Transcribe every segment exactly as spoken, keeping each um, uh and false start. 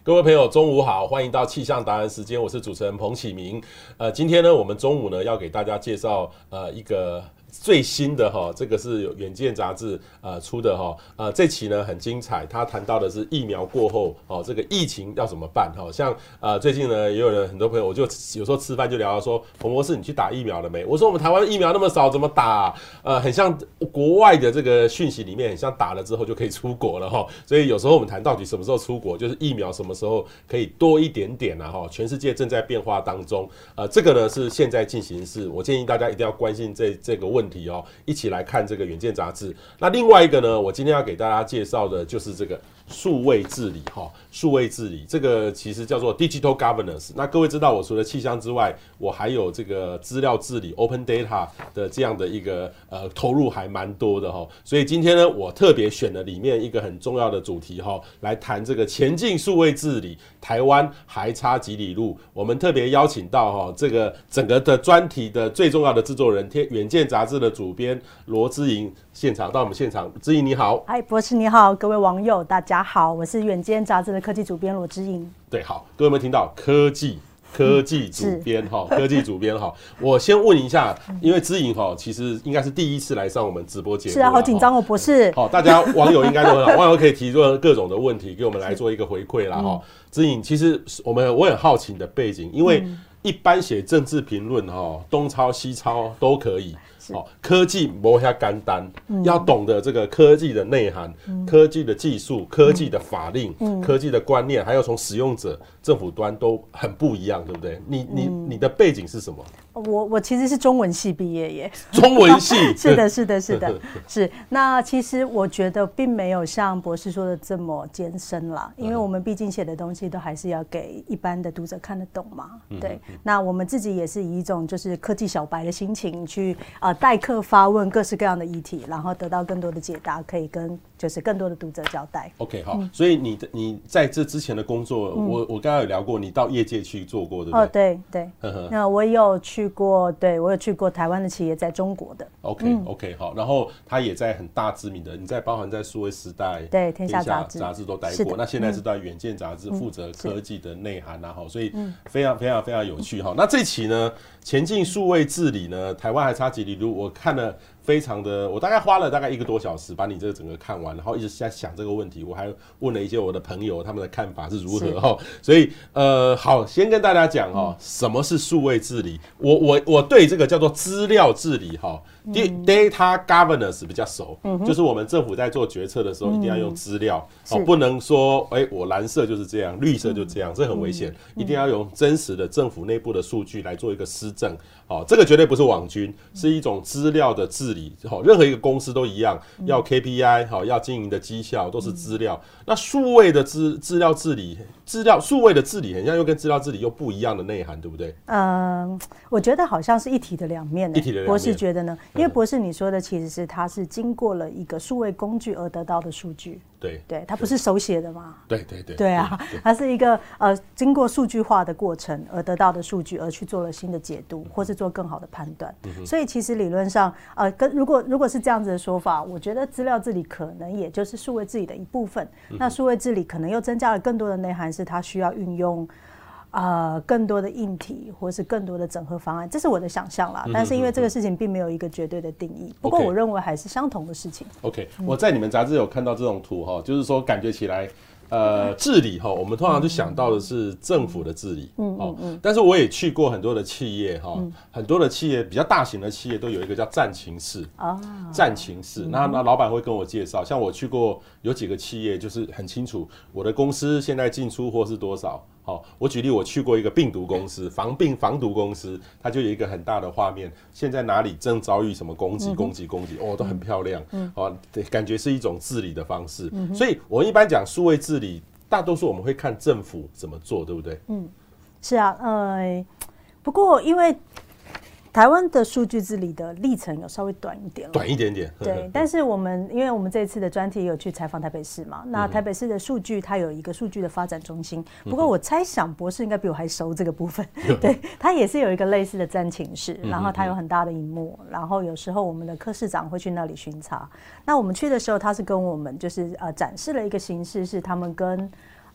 各位朋友，中午好，欢迎到气象达人时间，我是主持人彭启明。呃，今天呢，我们中午呢要给大家介绍呃一个最新的哈，这个是《远见》杂志呃出的哈，呃这期呢很精彩，他谈到的是疫苗过后哦，这个疫情要怎么办哈？像呃最近呢也有人很多朋友，我就有时候吃饭就聊到说，彭博士你去打疫苗了没？我说我们台湾疫苗那么少，怎么打？呃，很像国外的这个讯息里面，很像打了之后就可以出国了哈。所以有时候我们谈到底什么时候出国，就是疫苗什么时候可以多一点点啊哈。全世界正在变化当中，呃，这个呢是现在进行式，我建议大家一定要关心这这个问题。问题哦，一起来看这个《远见》杂志。那另外一个呢，我今天要给大家介绍的就是这个数位治理哈，数位治理这个其实叫做 digital governance。那各位知道，我除了气象之外，我还有这个资料治理 open data 的这样的一个呃投入还蛮多的哈。所以今天呢，我特别选了里面一个很重要的主题哈，来谈这个前进数位治理，台湾还差几里路。我们特别邀请到哈这个整个的专题的最重要的制作人，《远见》杂志的主编罗之莹现场到我们现场。之莹你好。 嗨，博士你好，各位网友大家好，我是远见杂志的科技主编罗之莹。 对，好，各位有没有听到科技？科技主编哈，科技主编哈，我先问一下，因为之莹哈，其实应该是第一次来上我们直播节目， 是啊，好紧张哦，博士。 好，大家网友应该都很好，网友可以提出各种的问题，给我们来做一个回馈啦哈。之莹，其实我们我很好奇你的背景，因为一般写政治评论哈，东抄西抄都可以。哦，科技不要简单，嗯、要懂得这个科技的内涵、嗯、科技的技术、科技的法令、嗯、科技的观念，还有从使用者、政府端都很不一样，对不对？你你你的背景是什么？ 我我其实是中文系毕业耶。 中文系是的，是的，是的，是。那其实我觉得并没有像博士说的这么艰深啦，因为我们毕竟写的东西都还是要给一般的读者看得懂嘛。对，嗯、那我们自己也是以一种就是科技小白的心情去啊。呃代课发问各式各样的议题，然后得到更多的解答，可以跟就是更多的读者交代。 OK， 好，嗯、所以你你在这之前的工作，嗯、我我刚刚有聊过，你到业界去做过，对不对？ 哦，对对。那我有去过，对我有去过台湾的企业，在中国的。 OK、嗯、OK， 好，然后他也在很大知名的，你在包含在数位时代、 对天下杂志杂志都待过，那现在是在远见杂志负责科技的内涵啊，哈、嗯，所以非常非常非常有趣哈。那这期呢，前进数位治理呢，台湾还差几里路，我看了。非常的，我大概花了大概一个多小时把你这个整个看完，然后一直在想这个问题，我还问了一些我的朋友他们的看法是如何哈，所以呃好，先跟大家讲哈，什么是数位治理？我我我对这个叫做资料治理哈。Data governance 比较熟，嗯、就是我们政府在做决策的时候，一定要用资料，嗯哦、不能说，哎、欸，我蓝色就是这样，绿色就这样，嗯、这很危险。嗯、一定要用真实的政府内部的数据来做一个施政，哦，这个绝对不是网军，是一种资料的治理。哦，任何一个公司都一样，要 K P I， 好、哦，要经营的绩效都是资料。嗯、那数位的资资料治理，资料数位的治理，很像又跟资料治理又不一样的内涵，对不对？ 嗯，我觉得好像是一体的两面。 一体的两面。 博士觉得呢？因为博士你说的其实是它是经过了一个数位工具而得到的数据， 对对，它不是手写的嘛， 对对对， 对啊，它是一个呃经过数据化的过程而得到的数据，而去做了新的解读，或是做更好的判断。嗯、所以其实理论上，呃，跟如果如果是这样子的说法，我觉得资料治理可能也就是数位治理的一部分。嗯、那数位治理可能又增加了更多的内涵，是它需要运用。呃，更多的硬体或是更多的整合方案，这是我的想象啦。但是因为这个事情并没有一个绝对的定义，不过我认为还是相同的事情。 OK， 我在你们杂志有看到这种图哈，就是说感觉起来。呃，治理哈，我们通常就想到的是政府的治理，嗯嗯嗯。但是我也去过很多的企业哈，嗯、很多的企业比较大型的企业都有一个叫战情室啊，战情室。那那老板会跟我介绍，像我去过有几个企业，就是很清楚我的公司现在进出货是多少。好，我举例，我去过一个病毒公司，防病防毒公司，它就有一个很大的画面，现在哪里正遭遇什么攻击、攻击、攻击，哦，都很漂亮，嗯，哦，感觉是一种治理的方式。嗯、所以我一般讲数位治理，大多数我们会看政府怎么做，对不对？ 嗯，是啊，呃，不过因为台湾的数据治理的历程有稍微短一点了， 短一点点。 对，但是我们因为我们这一次的专题有去采访台北市嘛，那台北市的数据它有一个数据的发展中心，不过我猜想博士应该比我还熟这个部分，对，它也是有一个类似的战情室，然后它有很大的萤幕，然后有时候我们的科室长会去那里巡查。那我们去的时候，他是跟我们就是呃展示了一个形式，是他们跟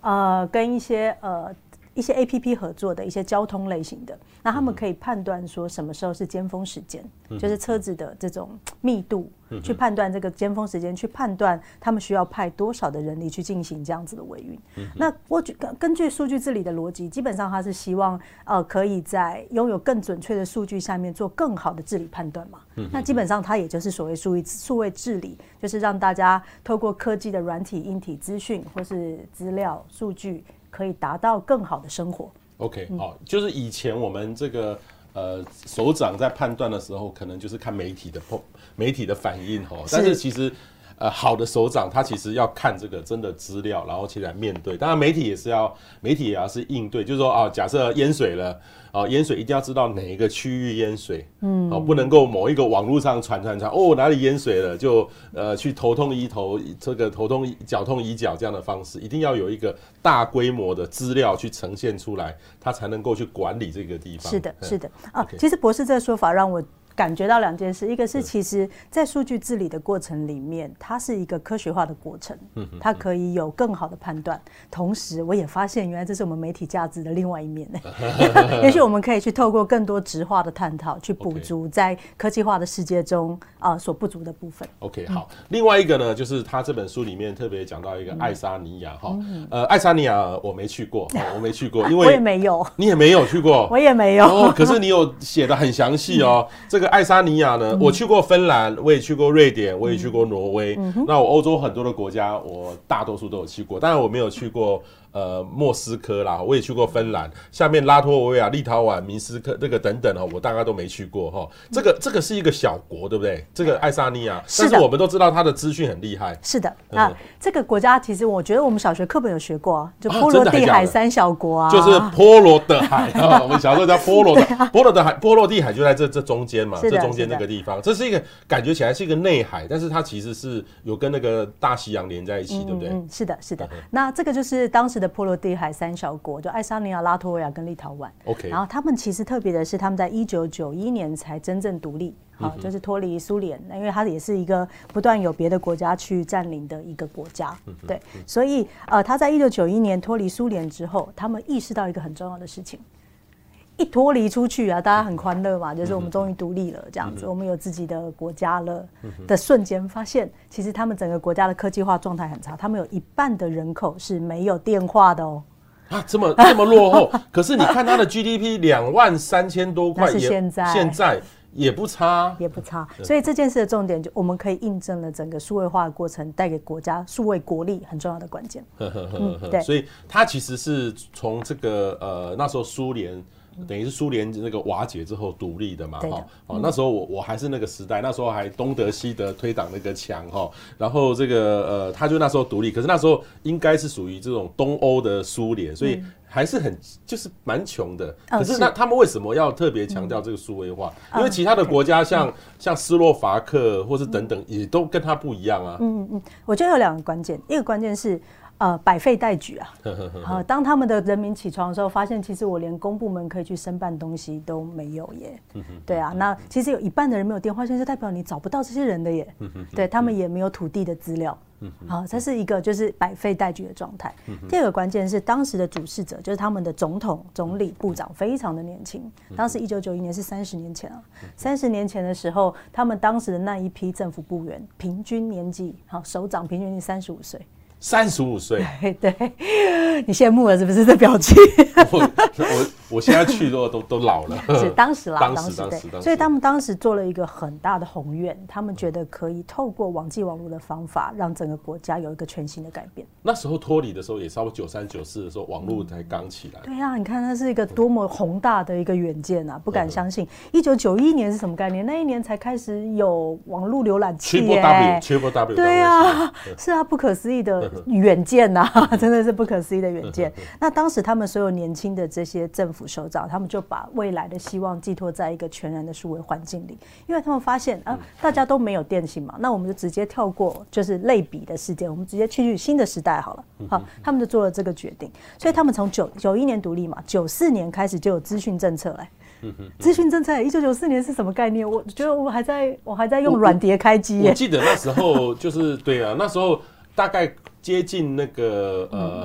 呃跟一些呃。一些 A P P 合作的一些交通类型的，那他们可以判断说什么时候是尖峰时间，嗯、就是车子的这种密度，嗯、去判断这个尖峰时间，去判断他们需要派多少的人力去进行这样子的维运。嗯、那我根据数据治理的逻辑，基本上它是希望呃可以在拥有更准确的数据下面做更好的治理判断嘛。嗯、那基本上它也就是所谓数位数位治理，就是让大家透过科技的软体、硬体资讯或是资料数据。可以达到更好的生活。 OK， 好、嗯，就是以前我们这个呃首长在判断的时候，可能就是看媒体的媒体的反应哈，但是其实呃好的首长他其实要看这个真的资料，然后起来面对。当然媒体也是要媒体也要是应对，就是说啊，假设淹水了。啊，淹水一定要知道哪一个区域淹水，嗯，哦，不能够某一个网络上传传传，哦，哪里淹水了，就呃去头痛医头，这个头痛脚痛医脚这样的方式，一定要有一个大规模的资料去呈现出来，它才能够去管理这个地方。 是的，是的，啊， okay. 其实博士这个说法让我感觉到两件事，一个是其实在数据治理的过程里面，它是一个科学化的过程，它可以有更好的判断。同时，我也发现原来这是我们媒体价值的另外一面。也许我们可以去透过更多质化的探讨，去补足在科技化的世界中啊、呃、所不足的部分。 OK， 好。嗯、另外一个呢，就是他这本书里面特别讲到一个爱沙尼亚哈，嗯、呃，爱沙尼亚我没去过，我没去过，因为我也没有， 你也没有去过， 我也没有。 哦，可是你有写得很详细哦，这个。爱沙尼亚呢，嗯、我去过芬兰，我也去过瑞典，我也去过挪威。嗯、那我欧洲很多的国家，我大多数都有去过，当然我没有去过呃莫斯科啦，我也去过芬兰，下面拉脱维亚、立陶宛、明斯克这个等等哈，我大概都没去过哈。这个这个是一个小国，对不对？这个爱沙尼亚，但是我们都知道它的资讯很厉害。 是的，那、嗯、这个国家其实我觉得我们小学课本有学过，就波罗的海三小国啊， 就是波罗的海啊，我们小时候叫波罗的、啊、波罗的海，波罗的海就在这这中间嘛。这中间这个地方，这是一个感觉起来是一个内海，但是它其实是有跟那个大西洋连在一起，嗯、对不对？ 嗯，是的，是的。那这个就是当时的波罗的海三小国，就爱沙尼亚、拉脱维亚跟立陶宛。 OK， 然后他们其实特别的是，他们在一九九一年才真正独立，好、嗯，就是脱离苏联，因为它也是一个不断有别的国家去占领的一个国家，嗯、对，所以呃，他在一九九一年脱离苏联之后，他们意识到一个很重要的事情。一脱离出去啊，大家很欢乐嘛，就是我们终于独立了，这样子，我们有自己的国家了的瞬间，发现其实他们整个国家的科技化状态很差，他们有一半的人口是没有电话的哦。 啊，这么这么落后，可是你看它的 G D P 两万三千多块， 那是现在现在也不差， 也不差。所以这件事的重点，就我们可以印证了整个数位化的过程带给国家数位国力很重要的关键。 嗯，对，所以它其实是从这个呃那时候苏联。等于是苏联那个瓦解之后独立的嘛，哈，哦，那时候我我还是那个时代，那时候还东德西德推挡那个墙哈，然后这个呃，他就那时候独立，可是那时候应该是属于这种东欧的苏联，所以还是很就是蛮穷的。可是那他们为什么要特别强调这个数位化？因为其他的国家像像斯洛伐克或是等等，也都跟他不一样啊。 嗯嗯，我觉得有两个关键，一个关键是。呃，百废待举啊！呃，当他们的人民起床的时候，发现其实我连公部门可以去申办东西都没有耶。对啊，那其实有一半的人没有电话线，就代表你找不到这些人的耶。对他们也没有土地的资料。好，这是一个就是百废待举的状态。第二个关键是当时的主事者，就是他们的总统、总理、部长非常的年轻。当时一九九一年是三十年前啊，三十年前的时候，他们当时的那一批政府部员平均年纪，好，首长平均年纪三十五岁。 三十五岁， 对，你羡慕了是不是？这表情， 我我我现在去都都都老了。 是当时啦， 当时当时， 所以他们当时做了一个很大的宏愿，他们觉得可以透过网际网络的方法，让整个国家有一个全新的改变。 那时候脱离的时候，也差不多九三九四的时候，网络才刚起来。 对啊，你看那是一个多么宏大的一个远见啊！不敢相信，一九九一年是什么概念？那一年才开始有网络浏览器耶 ，Triple W， 对啊，是啊，不可思议的。远见呐、啊，真的是不可思议的远见。那当时他们所有年轻的这些政府首长，他们就把未来的希望寄托在一个全然的数位环境里，因为他们发现啊，大家都没有电信嘛，那我们就直接跳过就是类比的事件，我们直接去新的时代好了。好，他们就做了这个决定。所以他们从九九一年独立嘛，九四年开始就有资讯政策来。资讯政策，一九九四年是什么概念？我觉得我还在我还在用软碟开机耶。 我记得那时候就是对啊，那时候大概接近那个呃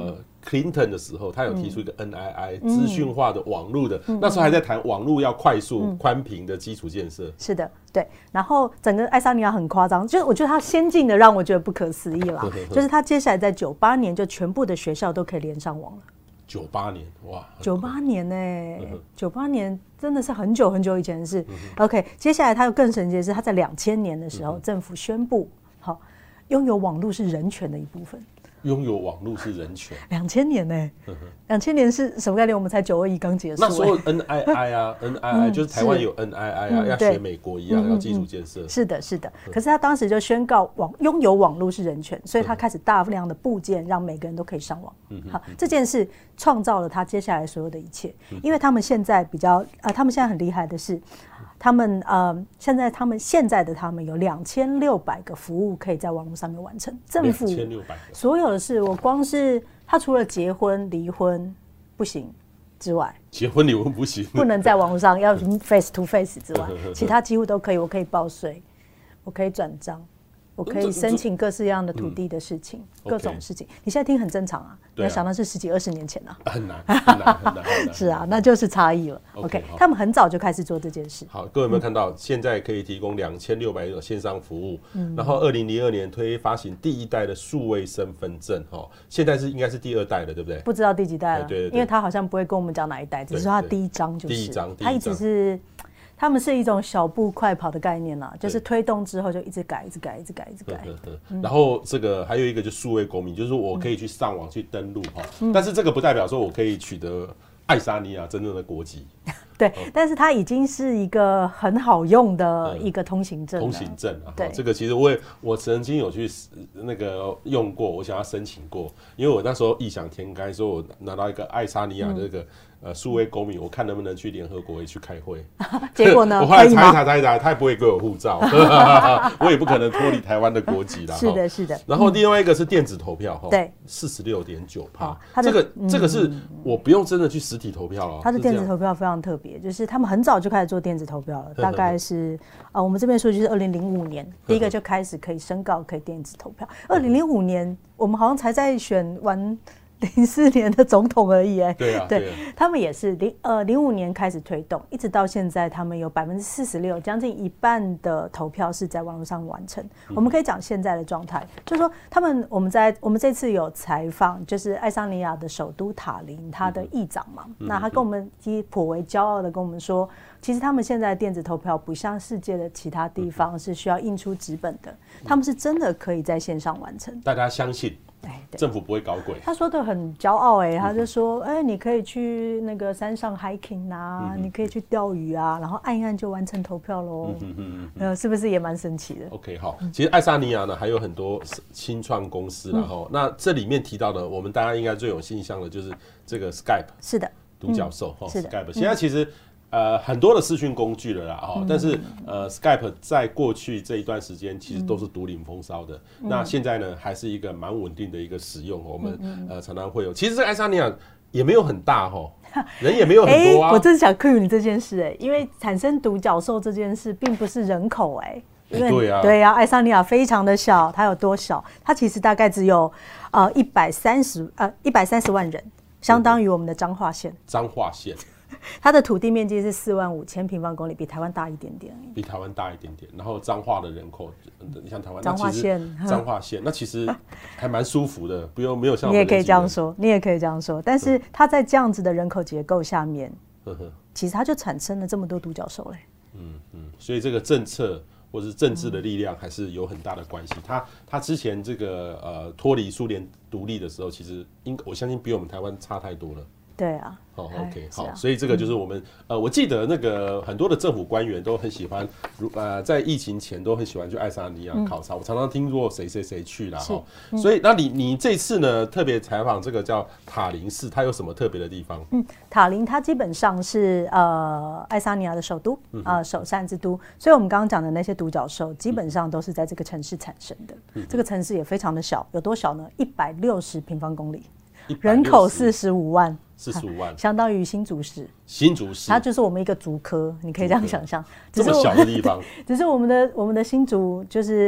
Clinton 的时候，他有提出一个 N I I 资讯化的网络的，那时候还在谈网络要快速、宽频的基础建设。 是的，对。然后整个爱沙尼亚很夸张，就是我觉得它先进的让我觉得不可思议啦，就是它接下来在九八年就全部的学校都可以连上网了。 九八年，哇！ 九八年呢、欸？九八、嗯、年真的是很久很久以前的事。嗯、OK， 接下来它又更神奇的是，它在两千年的时候，嗯、政府宣布，好，拥有网络是人权的一部分。 拥有网络是人权。 两千年呢、欸？两千年是什么概念？我们才九二一刚结束、欸。 那时候 N I I 啊，N I I 就是台湾有 N I I 啊，嗯、要学美国一样，嗯、要基础建设。 是的，是的。可是他当时就宣告网拥有网络是人权，所以他开始大量的部件让每个人都可以上网。嗯、好，这件事创造了他接下来所有的一切，因为他们现在比较呃，他们现在很厉害的是。他们呃，现在他们现在的他们有两千六百个服务可以在网络上面完成。政府所有的事，我光是他除了结婚、离婚不行之外， 结婚离婚不行， 不能在网络上要 face to face 之外，其他几乎都可以。我可以报税，我可以转账。我可以申请各式各样的土地的事情，嗯、各种事情。Okay. 你现在听很正常啊，你要想到是十几二十年前啊， 很难，很难，很难，很难。 是啊，那就是差异了。OK，, okay 他们很早就开始做这件事。 好，各位有没有看到？嗯、现在可以提供两千六百个线上服务，嗯、然后二零零二年推发行第一代的数位身份证，哈，现在是应该是第二代了，对不对？ 不知道第几代了， 对对对， 因为他好像不会跟我们讲哪一代，只是说他第一张就是第一张， 他一直是。他们是一种小步快跑的概念啦，就是推动之后就一直改，一直改，一直改，一直改。 嗯、然后这个还有一个就是数位公民，就是我可以去上网去登录哈，嗯、但是这个不代表说我可以取得爱沙尼亚真正的国籍。 对，哦、但是它已经是一个很好用的一个通行证。 通行证啊，对，这个其实我也我曾经有去那个用过，我想要申请过，因为我那时候异想天开，说我拿到一个爱沙尼亚的这个。嗯呃，数位公民，我看能不能去联合国会去开会。 结果呢？ 我后来查一查查一查，他也不会给我护照，我也不可能脱离台湾的国籍啦。 是的，是的。 然后另外一个是电子投票， 对， 四十六点九趴。这个、嗯、这个是我不用真的去实体投票了。 它的电子投票非常特别，就是他们很早就开始做电子投票了，大概是呃，我们这边数据是二零零五年，第一个就开始可以申告可以电子投票。二零零五年，我们好像才在选完。零四年的总统而已，哎， 对啊，对， 他们也是零呃零五年开始推动，一直到现在，他们有百分之四十六，将近一半的投票是在网络上完成。嗯、我们可以讲现在的状态，就是说他们我们在我们这次有采访，就是爱沙尼亚的首都塔林，他的议长嘛，嗯、那他跟我们其实颇为骄傲的跟我们说，其实他们现在电子投票不像世界的其他地方是需要印出纸本的，嗯、他们是真的可以在线上完成。 大家相信。政府不会搞鬼。 他说的很骄傲哎、欸，他就说，哎、欸，你可以去那个山上 hiking 啊，嗯、你可以去钓鱼啊，然后按一按就完成投票喽。嗯嗯嗯，是不是也蛮神奇的 ？OK， 好，其实爱沙尼亚呢还有很多新创公司然后、嗯、那这里面提到的，我们大家应该最有印象的就是这个 Skype， 是的， 独角兽哈、嗯、，Skype， 嗯、 现在其实。呃，很多的视讯工具了啦，哦，嗯、但是呃 ，Skype 在过去这一段时间其实都是独领风骚的。嗯、那现在呢，还是一个蛮稳定的一个使用，我们、嗯、呃常常会有。其实这个爱沙尼亚也没有很大哈，人也没有很多啊。 欸、我真是想 cue 你这件事哎、欸，因为产生独角兽这件事并不是人口哎、欸，因为、 欸、对啊， 对啊，爱沙尼亚非常的小，它有多小？它其实大概只有呃一百三十呃一百三十万人，相当于我们的彰化县。 彰化县。 它的土地面积是四万五千平方公里，比台湾大一点点。 比台湾大一点点，然后彰化的人口，你像台湾彰化县， 彰化县那其实还蛮舒服的，不用没有像我们你也可以这样说，你也可以这样说。但是它在这样子的人口结构下面， 嗯、 其实它就产生了这么多独角兽嘞。 嗯嗯，所以这个政策或是政治的力量还是有很大的关系。它它之前这个呃脱离苏联独立的时候，其实应我相信比我们台湾差太多了。 对啊， 好、哦、，OK， 好，啊、所以这个就是我们、嗯、呃，我记得那个很多的政府官员都很喜欢，呃，在疫情前都很喜欢去爱沙尼亚考察。嗯、我常常听过谁谁谁去啦，哈、嗯，所以那你你这次呢特别采访这个叫塔林市，它有什么特别的地方？ 嗯，塔林它基本上是呃爱沙尼亚的首都，呃首善之都，所以我们刚刚讲的那些独角兽基本上都是在这个城市产生的。嗯、这个城市也非常的小，有多小呢？一百六十平方公里，人口四十五万。 四十五万， 相当于新竹市。 新竹市， 它就是我们一个竹科，你可以这样想象。 这么小的地方， 只是我们的我们的新竹就是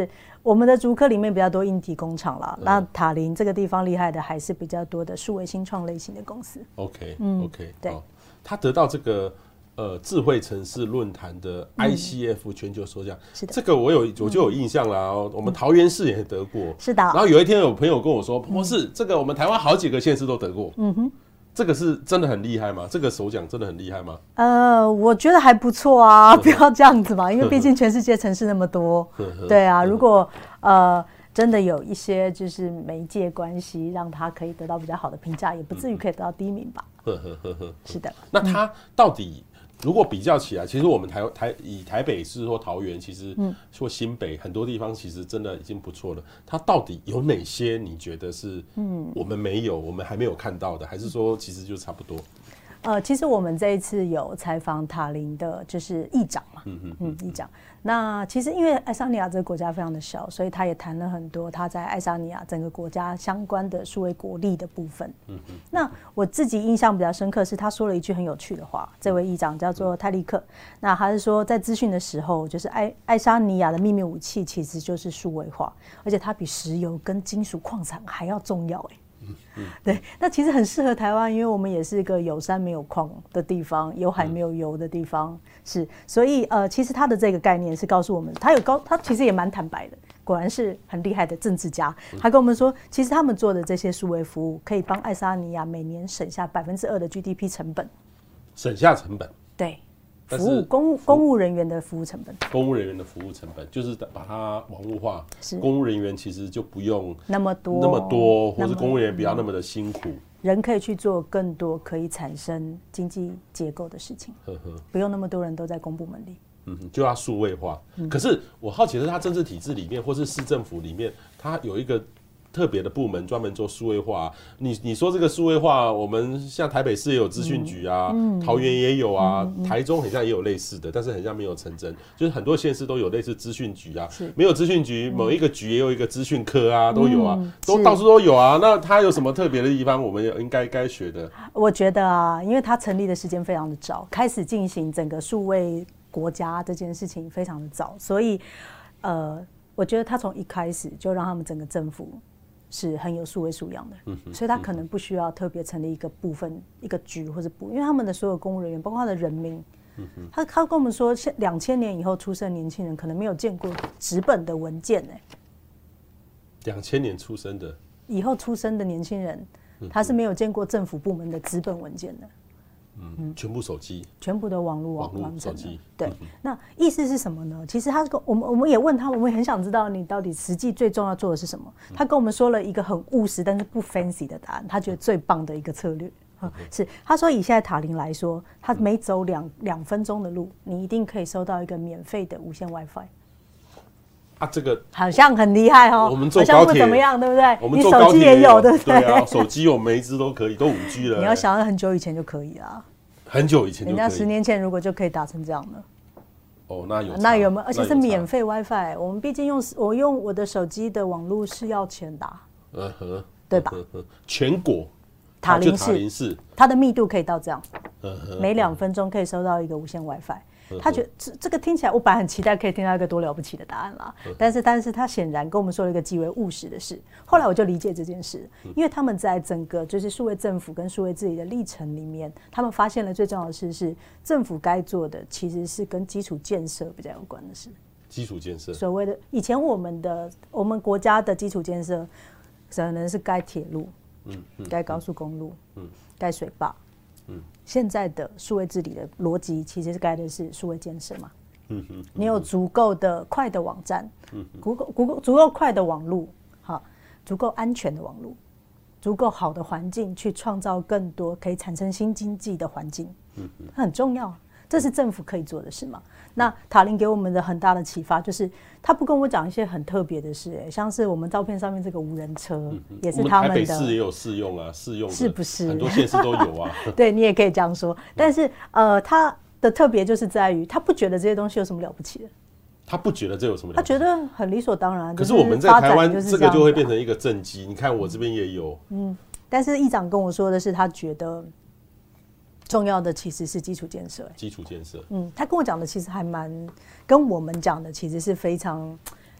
我们的竹科里面比较多硬体工厂啦，嗯、那塔林这个地方厉害的还是比较多的数位新创类型的公司。 OK， 嗯 ，OK， 对，他得到这个呃智慧城市论坛的 I C F 全球首奖，嗯、是的，这个我有我就有印象啦、哦。嗯、我们桃园市也得过， 是的。然后有一天有朋友跟我说，博士，这个我们台湾好几个县市都得过。嗯哼。这个是真的很厉害吗？这个首奖真的很厉害吗？ 呃，我觉得还不错啊，不要这样子嘛，因为毕竟全世界城市那么多，对啊，如果呃真的有一些就是媒介关系，让他可以得到比较好的评价，也不至于可以得到第一名吧。是的。 那他到底？如果比较起来，其实我们台台以台北市或桃园，其实或新北很多地方，其实真的已经不错了。它到底有哪些你觉得是我们没有、我们还没有看到的，还是说其实就差不多？ 呃，其实我们这一次有采访塔林的，就是议长嘛，嗯嗯嗯，议长。那其实因为爱沙尼亚这个国家非常的小，所以他也谈了很多他在爱沙尼亚整个国家相关的数位国力的部分。嗯嗯。那我自己印象比较深刻是他说了一句很有趣的话，这位议长叫做泰利克。那他是说在资讯的时候，就是爱爱沙尼亚的秘密武器其实就是数位化，而且它比石油跟金属矿产还要重要哎、欸。嗯嗯、对，那其实很适合台湾，因为我们也是一个有山没有矿的地方，有海没有油的地方，是，所以呃，其实他的这个概念是告诉我们，他有高，他其实也蛮坦白的，果然是很厉害的政治家。他跟我们说，其实他们做的这些数位服务，可以帮爱沙尼亚每年省下百分之二的 G D P 成本， 省下成本， 对。服务公务公务人员的服务成本， 公务人员的服务成本就是把它网络化，公务人员其实就不用那么多那么多，或是公务人员不要那么的辛苦， 人可以去做更多可以产生经济结构的事情，呵呵不用那么多人都在公部门里， 嗯，就要数位化。嗯、可是我好奇的是，它政治体制里面或是市政府里面，它有一个特别的部门专门做数位化、啊。你你说这个数位化，我们像台北市也有资讯局啊，嗯、桃园也有啊，嗯嗯、台中好像也有类似的，但是好像没有成真。就是很多县市都有类似资讯局啊，没有资讯局，某一个局也有一个资讯科啊，都有啊，嗯、都到处都有啊。那它有什么特别的地方？我们应该该学的？ 我觉得啊，因为它成立的时间非常的早，开始进行整个数位国家这件事情非常的早，所以呃，我觉得他从一开始就让他们整个政府是很有数位素养的，嗯、所以他可能不需要特别成立一个部分、一个局或者部，因为他们的所有公务人员，包括他的人民，嗯、他他跟我们说，两千年以后出生的年轻人可能没有见过纸本的文件呢、欸。 两千年出生的以后出生的年轻人，他是没有见过政府部门的纸本文件的。 嗯，全部手机， 全部的网络网络手机， 对，嗯、那意思是什么呢？其实他跟我们，我们也问他，我们也很想知道你到底实际最重要做的是什么。嗯、他跟我们说了一个很务实但是不 fancy 的答案，他觉得最棒的一个策略。嗯、是他说以现在塔林来说，他每走两两分钟的路，你一定可以收到一个免费的无线 WiFi。 啊，这个好像很厉害哦。 我们坐高铁怎么样，对不对？ 我们坐高铁也有，对不对？ 对啊，手机我们每一只都可以，都五 G 了。 你要想到很久以前就可以了。 很久以前就可以， 人家十年前如果就可以打成这样了。 哦，那有那有没有？而且是免费 WiFi。我们毕竟用我用我的手机的网络是要钱的、啊，嗯哼，对吧？ 全国塔林市，它的密度可以到这样，每两分钟可以收到一个无线 WiFi。他觉得这这个听起来，我本来很期待可以听到一个多了不起的答案啦，但是但是他显然跟我们说了一个极为务实的事。后来我就理解这件事，因为他们在整个就是数位政府跟数位治理的历程里面，他们发现了最重要的事是，政府该做的其实是跟基础建设比较有关的事。 基础建设， 所谓的以前我们的我们国家的基础建设，可能是盖铁路，嗯，盖高速公路，嗯，盖水坝。嗯，现在的数位治理的逻辑其实是盖的是数位建设嘛。嗯嗯，你有足够的快的网站，嗯，足够足够足够快的网路，好，足够安全的网路，足够好的环境去创造更多可以产生新经济的环境，嗯嗯，很重要。这是政府可以做的事嘛？那塔林给我们的很大的启发就是，他不跟我讲一些很特别的事、欸，像是我们照片上面这个无人车，嗯、也是他们的。 台北市也有试用啊，试用是不是？ 很多县市都有啊。 对你也可以这样说，但是呃，他的特别就是在于，他不觉得这些东西有什么了不起的。 他不觉得这有什么了不起， 他觉得很理所当然。 可是我们在台湾，这个就会变成一个政绩。你看我这边也有， 嗯，但是议长跟我说的是，他觉得。重要的其实是基础建设， 基础建设。 嗯，他跟我讲的其实还蛮，跟我们讲的其实是非常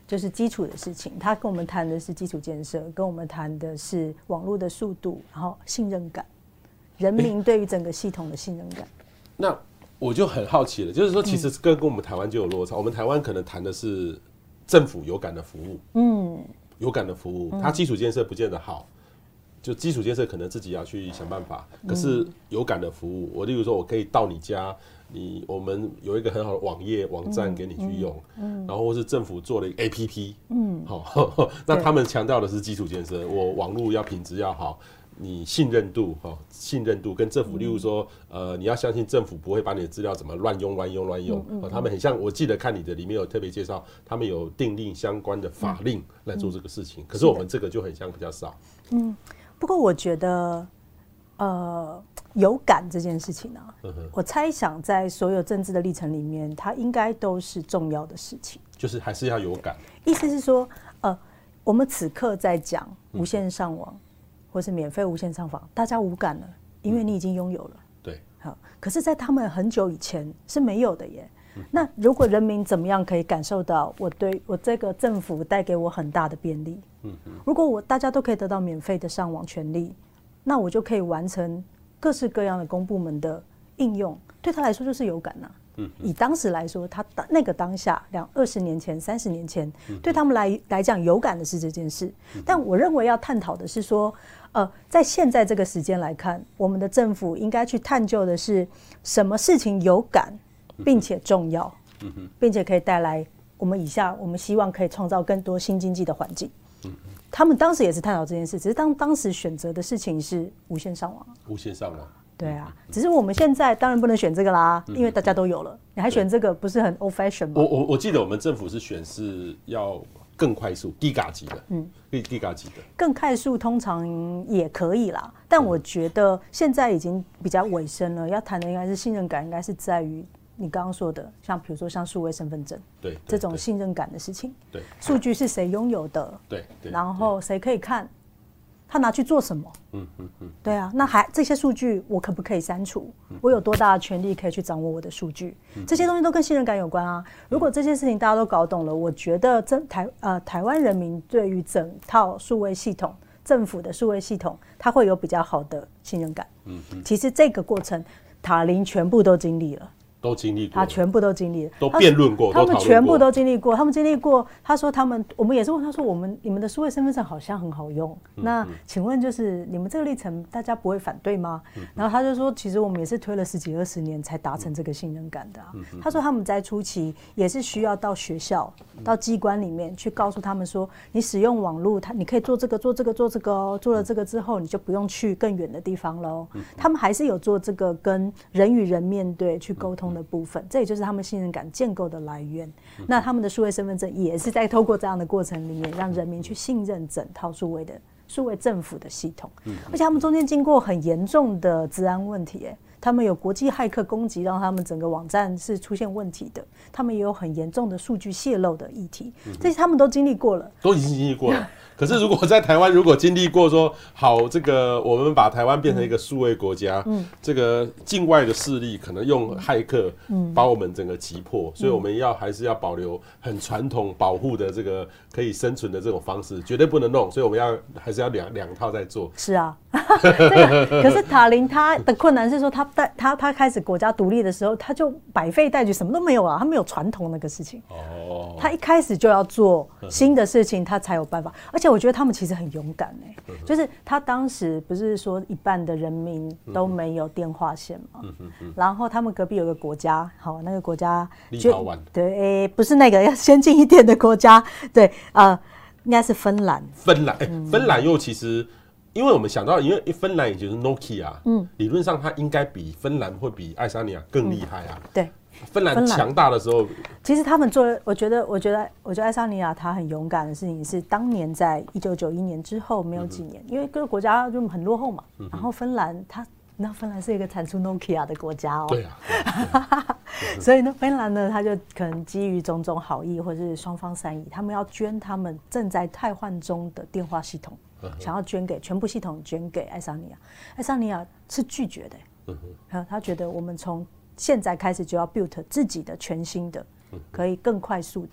就是基础的事情，他跟我们谈的是基础建设，跟我们谈的是网络的速度，然后信任感，人民对于整个系统的信任感。 那我就很好奇了，就是说，其实跟跟我们台湾就有落差。我们台湾可能谈的是政府有感的服务，嗯，有感的服务，它基础建设不见得好，就基础建设可能自己要去想办法。可是有感的服务，我例如说，我可以到你家。你我们有一个很好的网页网站给你去用，嗯嗯、然后或是政府做了一个 A P P， 嗯，好，那他们强调的是基础建设，我网络要品质要好，你信任度哈，信任度跟政府，例如说，呃，你要相信政府不会把你的资料怎么乱用乱用乱用，嗯嗯、他们很像，我记得看你的里面有特别介绍，他们有订立相关的法令来做这个事情，嗯、可是我们这个就很像比较少。 嗯，不过我觉得，呃。有感这件事情呢、啊，嗯、我猜想在所有政治的历程里面，它应该都是重要的事情。 就是还是要有感。 意思是说，呃，我们此刻在讲无线上网，嗯、或是免费无线上访，大家无感了，因为你已经拥有了。嗯、 对。 好，可是，在他们很久以前是没有的耶。嗯、那如果人民怎么样可以感受到我对我这个政府带给我很大的便利？嗯、如果我大家都可以得到免费的上网权利，那我就可以完成。各式各样的公部门的应用，对他来说就是有感呐、啊。嗯，以当时来说，他那个当下两二十年前、三十年前，嗯、对他们来来讲有感的是这件事。嗯、但我认为要探讨的是说，呃，在现在这个时间来看，我们的政府应该去探究的是什么事情有感，并且重要，嗯、并且可以带来我们以下我们希望可以创造更多新经济的环境。嗯他们当时也是探讨这件事，只是当当时选择的事情是无线上网。 无线上网， 对啊，只是我们现在当然不能选这个啦，因为大家都有了，你还选这个，不是很 old fashion 吗？ 我我我记得我们政府是选是要更快速 Giga 级的，嗯 ，Giga 级的。 更快速通常也可以啦，但我觉得现在已经比较尾声了，要谈的应该是信任感，应该是在于。你刚刚说的，像比如说像数位身份证， 对这种信任感的事情， 对， 数据是谁拥有的， 对， 然后谁可以看，他拿去做什么，嗯嗯嗯，对啊，那还这些数据我可不可以删除？嗯、我有多大的权利可以去掌握我的数据？嗯、这些东西都跟信任感有关啊。如果这些事情大家都搞懂了，我觉得真台呃台湾人民对于整套数位系统、政府的数位系统，它会有比较好的信任感。嗯嗯，其实这个过程，塔林全部都经历了。 都经历过， 他全部都经历了， 都辩论过， 他们全部都经历过，他们经历过。他说他们，我们也是问他说，我们你们的数位身份证好像很好用，嗯、那请问就是你们这个历程大家不会反对吗？嗯、然后他就说，其实我们也是推了十几二十年才达成这个信任感的、啊。嗯、他说他们在初期也是需要到学校、到机关里面去告诉他们说，你使用网络，他你可以做这个做这个做这个哦，做了这个之后你就不用去更远的地方喽。嗯、他们还是有做这个跟人与人面对去沟通的部分，这也就是他们信任感建构的来源。那他们的数位身份证也是在透过这样的过程里面，让人民去信任整套数位的数位政府的系统。而且他们中间经过很严重的治安问题，哎，他们有国际骇客攻击，让他们整个网站是出现问题的。他们也有很严重的数据泄露的议题，这些他们都经历过了， 都已经经历过了。可是如果在台湾，如果经历过说好，这个我们把台湾变成一个数位国家，嗯、这个境外的势力可能用骇客把我们整个击破，嗯、所以我们要还是要保留很传统保护的这个可以生存的这种方式，绝对不能弄，所以我们要还是要两两套在做。 是啊，这个可是塔林他的困难是说他他他他开始国家独立的时候，他就百废待举，什么都没有啊，他没有传统那个事情。哦，他一开始就要做新的事情，他才有办法，而且。我觉得他们其实很勇敢哎、欸，就是他当时不是说一半的人民都没有电话线嘛，嗯嗯嗯、然后他们隔壁有个国家，好，那个国家立陶宛， 对，欸、不是那个要先进一点的国家，对，呃，应该是芬兰。 芬兰，欸嗯、芬兰又其实，因为我们想到，因为芬兰也就是 Nokia， 嗯，理论上它应该比芬兰会比爱沙尼亚更厉害啊， 嗯、对。 芬兰强大的时候， 其实他们做，我觉得，我觉得，我觉得爱沙尼亚他很勇敢的事情是，当年在一九九一年之后没有几年，嗯、因为各个国家就很落后嘛。嗯、然后芬兰，它那芬兰是一个产出 Nokia 的国家哦。对啊。对所以呢，芬兰呢，他就可能基于种种好意或者是雙方善意，他们要捐他们正在汰换中的电话系统，嗯、想要捐给全部系统捐给爱沙尼亚，爱沙尼亚是拒绝的。嗯、他觉得我们从现在开始就要 build 自己的全新的，可以更快速的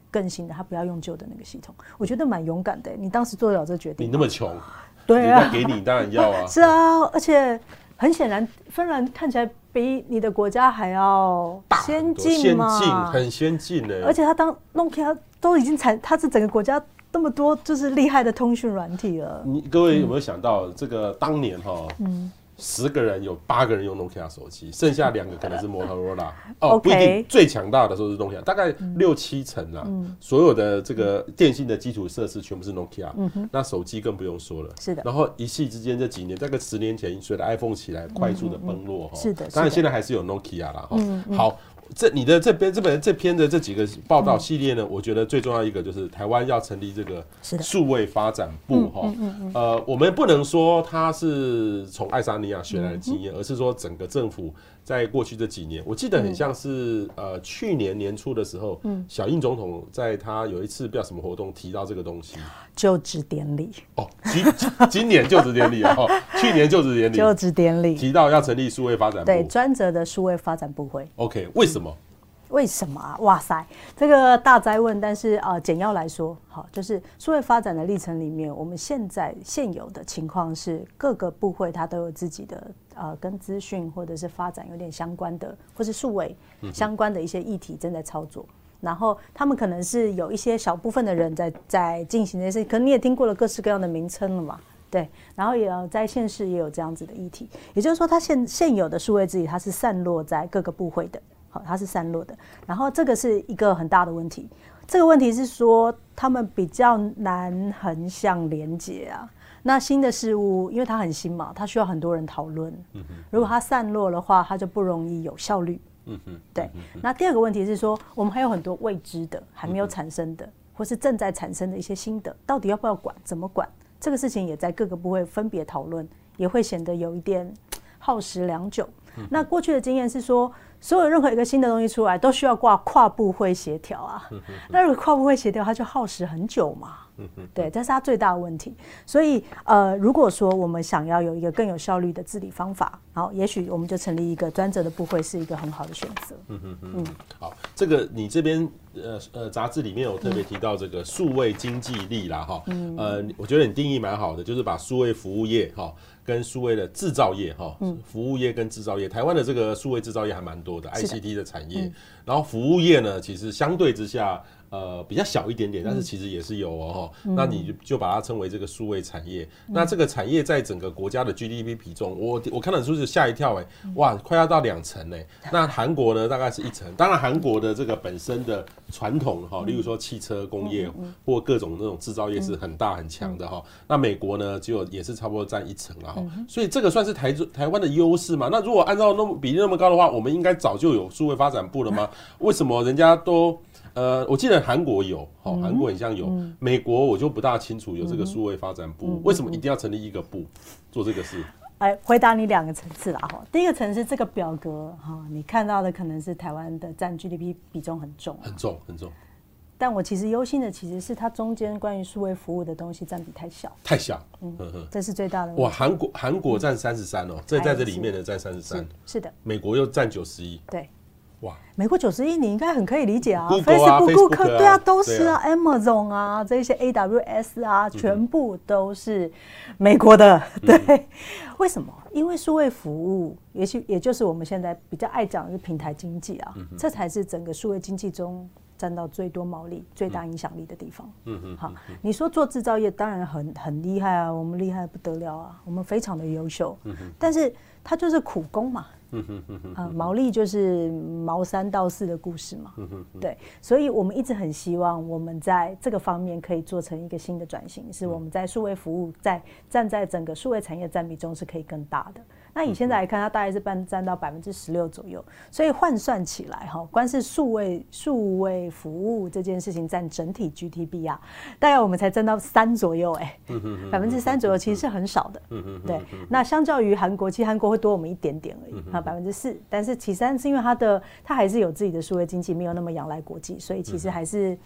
更新的，他不要用旧的那个系统。我觉得蛮勇敢的，你当时做得了这个决定。 你那么穷， 对啊， 人家给你当然要啊。 是啊，而且很显然，芬兰看起来比你的国家还要先进嘛， 先进，很先进的。 而且他当 Nokia 都已经产，他是整个国家那么多就是厉害的通讯软体了。 你各位有没有想到，嗯、这个当年哈，嗯。十个人有八个人用 Nokia 手机，剩下两个可能是 Motorola 哦， okay. 不一定，最强大的时候是 Nokia， 大概六七成啊、嗯，所有的这个电信的基础设施全部是 Nokia，、嗯、那手机更不用说了。 是的。 然后一夕之间这几年，大概十年前，随着 iPhone 起来，快速的崩落哈、嗯。 是的。 当然现在还是有 Nokia 啦哈、嗯嗯。好。这你的这边这本这篇的这几个报道系列呢，嗯、我觉得最重要一个就是台湾要成立这个数位发展部哈、嗯嗯嗯。呃，我们不能说它是从爱沙尼亚学来的经验、嗯，而是说整个政府在过去这几年，我记得很像是、嗯、呃去年年初的时候，嗯、小英总统在他有一次不知道什么活动提到这个东西， 就职典礼哦，今今年就职典礼哦，去年就职典礼， 就职典礼提到要成立数位发展部， 对，专责的数位发展部会。 OK， 为什么？ 为什么啊？哇塞，这个大哉问。但是呃，简要来说，好，就是数位发展的历程里面，我们现在现有的情况是，各个部会它都有自己的呃跟资讯或者是发展有点相关的，或是数位相关的一些议题正在操作。然后他们可能是有一些小部分的人在在进行这些事，可能你也听过了各式各样的名称了嘛。对，然后也在县市也有这样子的议题，也就是说，它现现有的数位治理，它是散落在各个部会的。好，它是散落的，然后这个是一个很大的问题。这个问题是说，他们比较难横向连结啊。那新的事物，因为它很新嘛，它需要很多人讨论。嗯、如果它散落的话，它就不容易有效率。嗯、对、嗯。那第二个问题是说，我们还有很多未知的、还没有产生的，或是正在产生的一些新的，到底要不要管？怎么管？这个事情也在各个部会分别讨论，也会显得有一点耗时良久。嗯、那过去的经验是说，所有任何一个新的东西出来，都需要挂跨部会协调啊。嗯、那如果跨部会协调，它就耗时很久嘛。嗯、对，这是它最大的问题。所以，呃，如果说我们想要有一个更有效率的治理方法，好，也许我们就成立一个专责的部会，是一个很好的选择。嗯嗯嗯。 好，这个你这边呃呃杂志里面有特别提到这个数位经济力啦哈。嗯。呃，我觉得你定义蛮好的，就是把数位服务业哈。跟数位的制造业哈，服务业跟制造业，台湾的这个数位制造业还蛮多的 ，I C T 的产业、嗯。然后服务业呢，其实相对之下，呃，比较小一点点，但是其实也是有哦。嗯、那你就把它称为这个数位产业、嗯。那这个产业在整个国家的 G D P 比重，我我看到数字吓一跳哎、欸，哇，快要到两成哎。那韩国呢，大概是一成。当然，韩国的这个本身的传统哈，例如说汽车工业或各种那种制造业是很大很强的哈。那美国呢，只有也是差不多占一成了哈。所以这个算是台台湾的优势嘛？那如果按照那么比例那么高的话，我们应该早就有数位发展部了吗？为什么人家都呃，我记得韩国有，好、哦，韩国很像有、嗯，美国我就不大清楚有这个数位发展部、嗯，为什么一定要成立一个部做这个事？ 哎，回答你两个层次啦哈。第一个层次，这个表格哈，你看到的可能是台湾的占 G D P 比重很重， 很重很重。 但我其实忧心的其实是它中间关于数位服务的东西占比太小， 太小， 嗯，呵呵这是最大的问题。 哇，韩国韩国占三十三哦，这、嗯、在这里面的占三十三， 是的， 美国又占九十一， 对， 哇， 美国九十一你应该很可以理解啊 ，Facebook 啊 ，Facebook 啊对啊，都是啊, 啊 ，Amazon 啊，这些 A W S 啊、嗯，全部都是美国的，对，嗯、为什么？因为数位服务，也许也就是我们现在比较爱讲的是平台经济啊、嗯，这才是整个数位经济中占到最多毛利、最大影响力的地方。嗯嗯，好，你说做制造业当然很很厉害啊，我们厉害不得了啊，我们非常的优秀。嗯但是它就是苦工嘛。嗯哼嗯哼啊，毛利就是毛三到四的故事嘛。嗯哼对，所以我们一直很希望我们在这个方面可以做成一个新的转型，是我们在数位服务在站在整个数位产业占比中是可以更大的。那以现在来看，它大概是占到百分之十六左右，所以换算起来哈，光是数位数位服务这件事情占整体 G D P 啊，大概我们才占到三左右、欸，哎，百分之三左右其实是很少的。对，那相较于韩国，其实韩国会多我们一点点而已，啊，百分之四。但是其实是因为它的它还是有自己的数位经济，没有那么仰赖国际，所以其实还是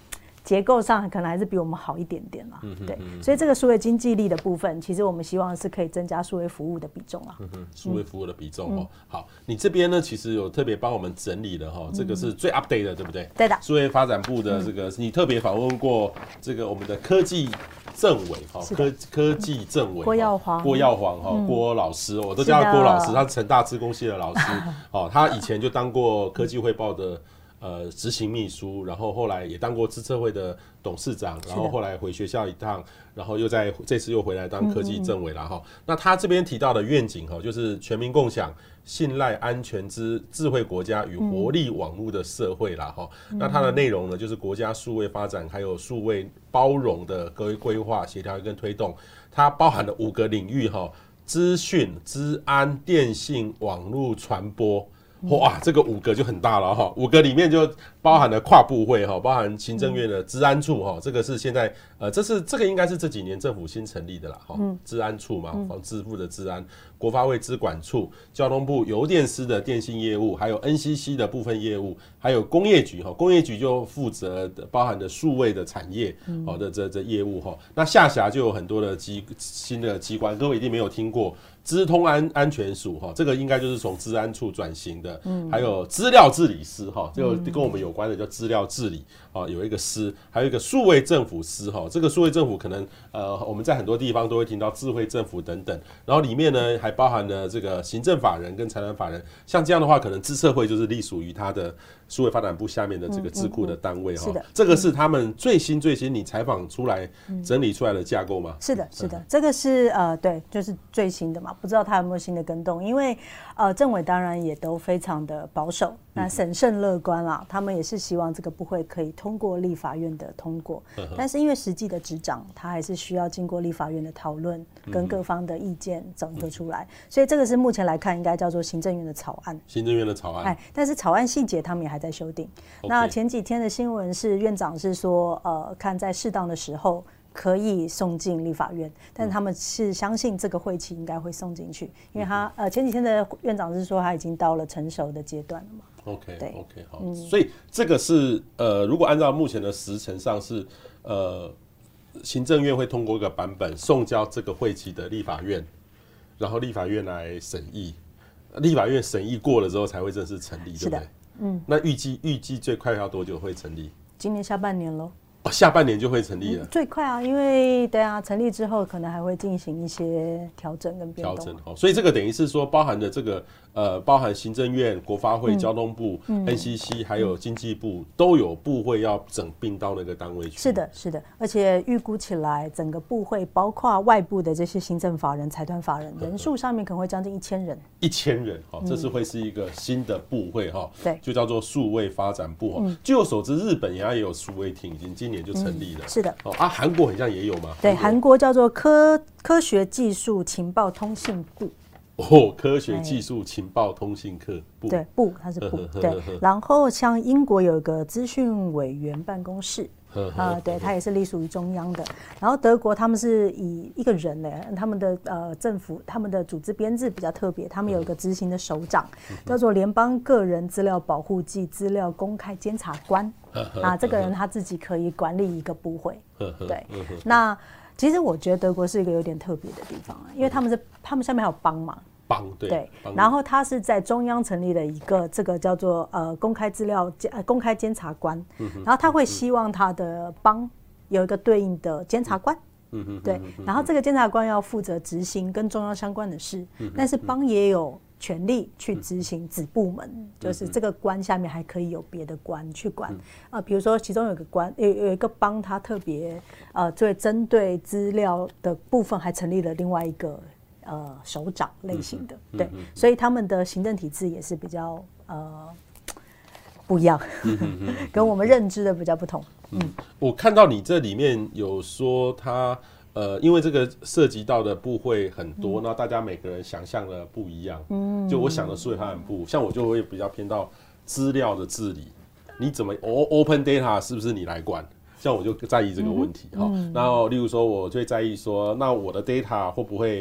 结构上可能还是比我们好一点点啦，嗯、对，所以这个数位经济力的部分，其实我们希望是可以增加数位服务的比重啊。 嗯哼，数位服务的比重、嗯、哦。好，你这边呢，其实有特别帮我们整理了哈，这个是最 update 的，对不对？ 对的。 数位发展部的这个，嗯、你特别访问过这个我们的科技政委哈，科科技政委郭耀煌， 郭耀煌哈，嗯、郭老师，我都叫他郭老师，他是成大资工系的老师，哦，他以前就当过科技汇报的。呃，执行秘书，然后后来也当过资策会的董事长，然后后来回学校一趟，然后又在这次又回来当科技政委了哈。那他这边提到的愿景哈，就是全民共享、信赖、安全之智慧国家与活力网络的社会啦哈。嗯、那它的内容呢，就是国家数位发展还有数位包容的规规划、协调跟推动，它包含了五个领域哈：资讯、资安、电信、网络传播。哇，这个五个就很大了哈，五个里面就包含了跨部会哈，包含行政院的资安处哈，这个是现在呃，这是这个应该是这几年政府新成立的啦哈，资安处嘛，防支付的资安，国发会资管处，交通部邮电司的电信业务，还有 N C C 的部分业务，还有工业局哈，工业局就负责的包含的数位的产业好的这这业务哈，那下辖就有很多的机新的机关，各位一定没有听过。资通安安全署哈，这个应该就是从资安处转型的，嗯、还有资料治理司哈，这个跟我们有关的叫资料治理啊，有一个司，还有一个数位政府司哈，这个数位政府可能呃我们在很多地方都会听到智慧政府等等，然后里面呢还包含了这个行政法人跟财团法人，像这样的话，可能资策会就是隶属于它的数位发展部下面的这个智库的单位哈，嗯嗯嗯、这个是他们最新最新你采访出来整理出来的架构吗？ 是的，是的，嗯、这个是呃对，就是最新的嘛。不知道他有没有新的更动，因为呃政委当然也都非常的保守，那审慎乐观啦，他们也是希望这个部会可以通过立法院的通过，但是因为实际的执掌，他还是需要经过立法院的讨论跟各方的意见整合出来，所以这个是目前来看应该叫做行政院的草案， 行政院的草案，哎， 但是草案细节他们也还在修订。Okay. 那前几天的新闻是院长是说，呃，看在适当的时候。可以送进立法院，但是他们是相信这个会期应该会送进去，因为他呃前几天的院长是说他已经到了成熟的阶段了嘛。 OK， 对 OK 好，嗯、所以这个是呃，如果按照目前的时程上是呃，行政院会通过一个版本送交这个会期的立法院，然后立法院来审议，立法院审议过了之后才会正式成立，对不对？嗯，那预计预计最快要多久会成立？ 今年下半年喽。 哦、下半年就会成立了、嗯， 最快啊，因为对啊，成立之后可能还会进行一些调整跟变动。调整哦，所以这个等于是说，包含的这个呃，包含行政院、国发会、嗯、交通部、嗯、N C C 还有经济部、嗯、都有部会要整并到那个单位去。 是的，是的，而且预估起来，整个部会包括外部的这些行政法人、财团法人，人数上面可能会将近一千人。 一千人哈、哦，这是会是一个新的部会哈，对、嗯，就叫做数位发展部哈。嗯、据我所知，日本也有数位厅，已经今年就成立了。嗯、 是的。 哦啊，韩国好像也有吗？ 对，韩国叫做科科学技术情报通信部。 哦，科学技术情报通信科部， 对部，它是部，对。然后像英国有一个资讯委员办公室，啊、呃，对，它也是隶属于中央的。然后德国他们是以一个人嘞，他们的呃政府，他们的组织编制比较特别，他们有一个执行的首长，叫做联邦个人资料保护暨资料公开监察官。啊，这个人他自己可以管理一个部会，对。那其实我觉得德国是一个有点特别的地方，因为他们是他们下面还有邦嘛。 邦 对, 对，然后他是在中央成立了一个这个叫做呃公开资料呃公开监察官，嗯、然后他会希望他的邦有一个对应的监察官，嗯、对，然后这个监察官要负责执行跟中央相关的事，嗯、但是邦也有权力去执行子部门，嗯、就是这个官下面还可以有别的官去管，嗯、啊，比如说其中有个官有有一个邦，他特别呃对针对资料的部分还成立了另外一个。呃，首长类型的，嗯、对，嗯、所以他们的行政体制也是比较呃不一样，嗯、跟我们认知的比较不同。嗯， 我看到你这里面有说他呃，因为这个涉及到的部会很多，那、嗯、大家每个人想象的不一样。嗯，就我想的数位发展部，像我就会比较偏到资料的治理，你怎么 open data 是不是你来管？像我就在意这个问题哈。嗯、然后例如说，我最在意说，那我的 data 会不会？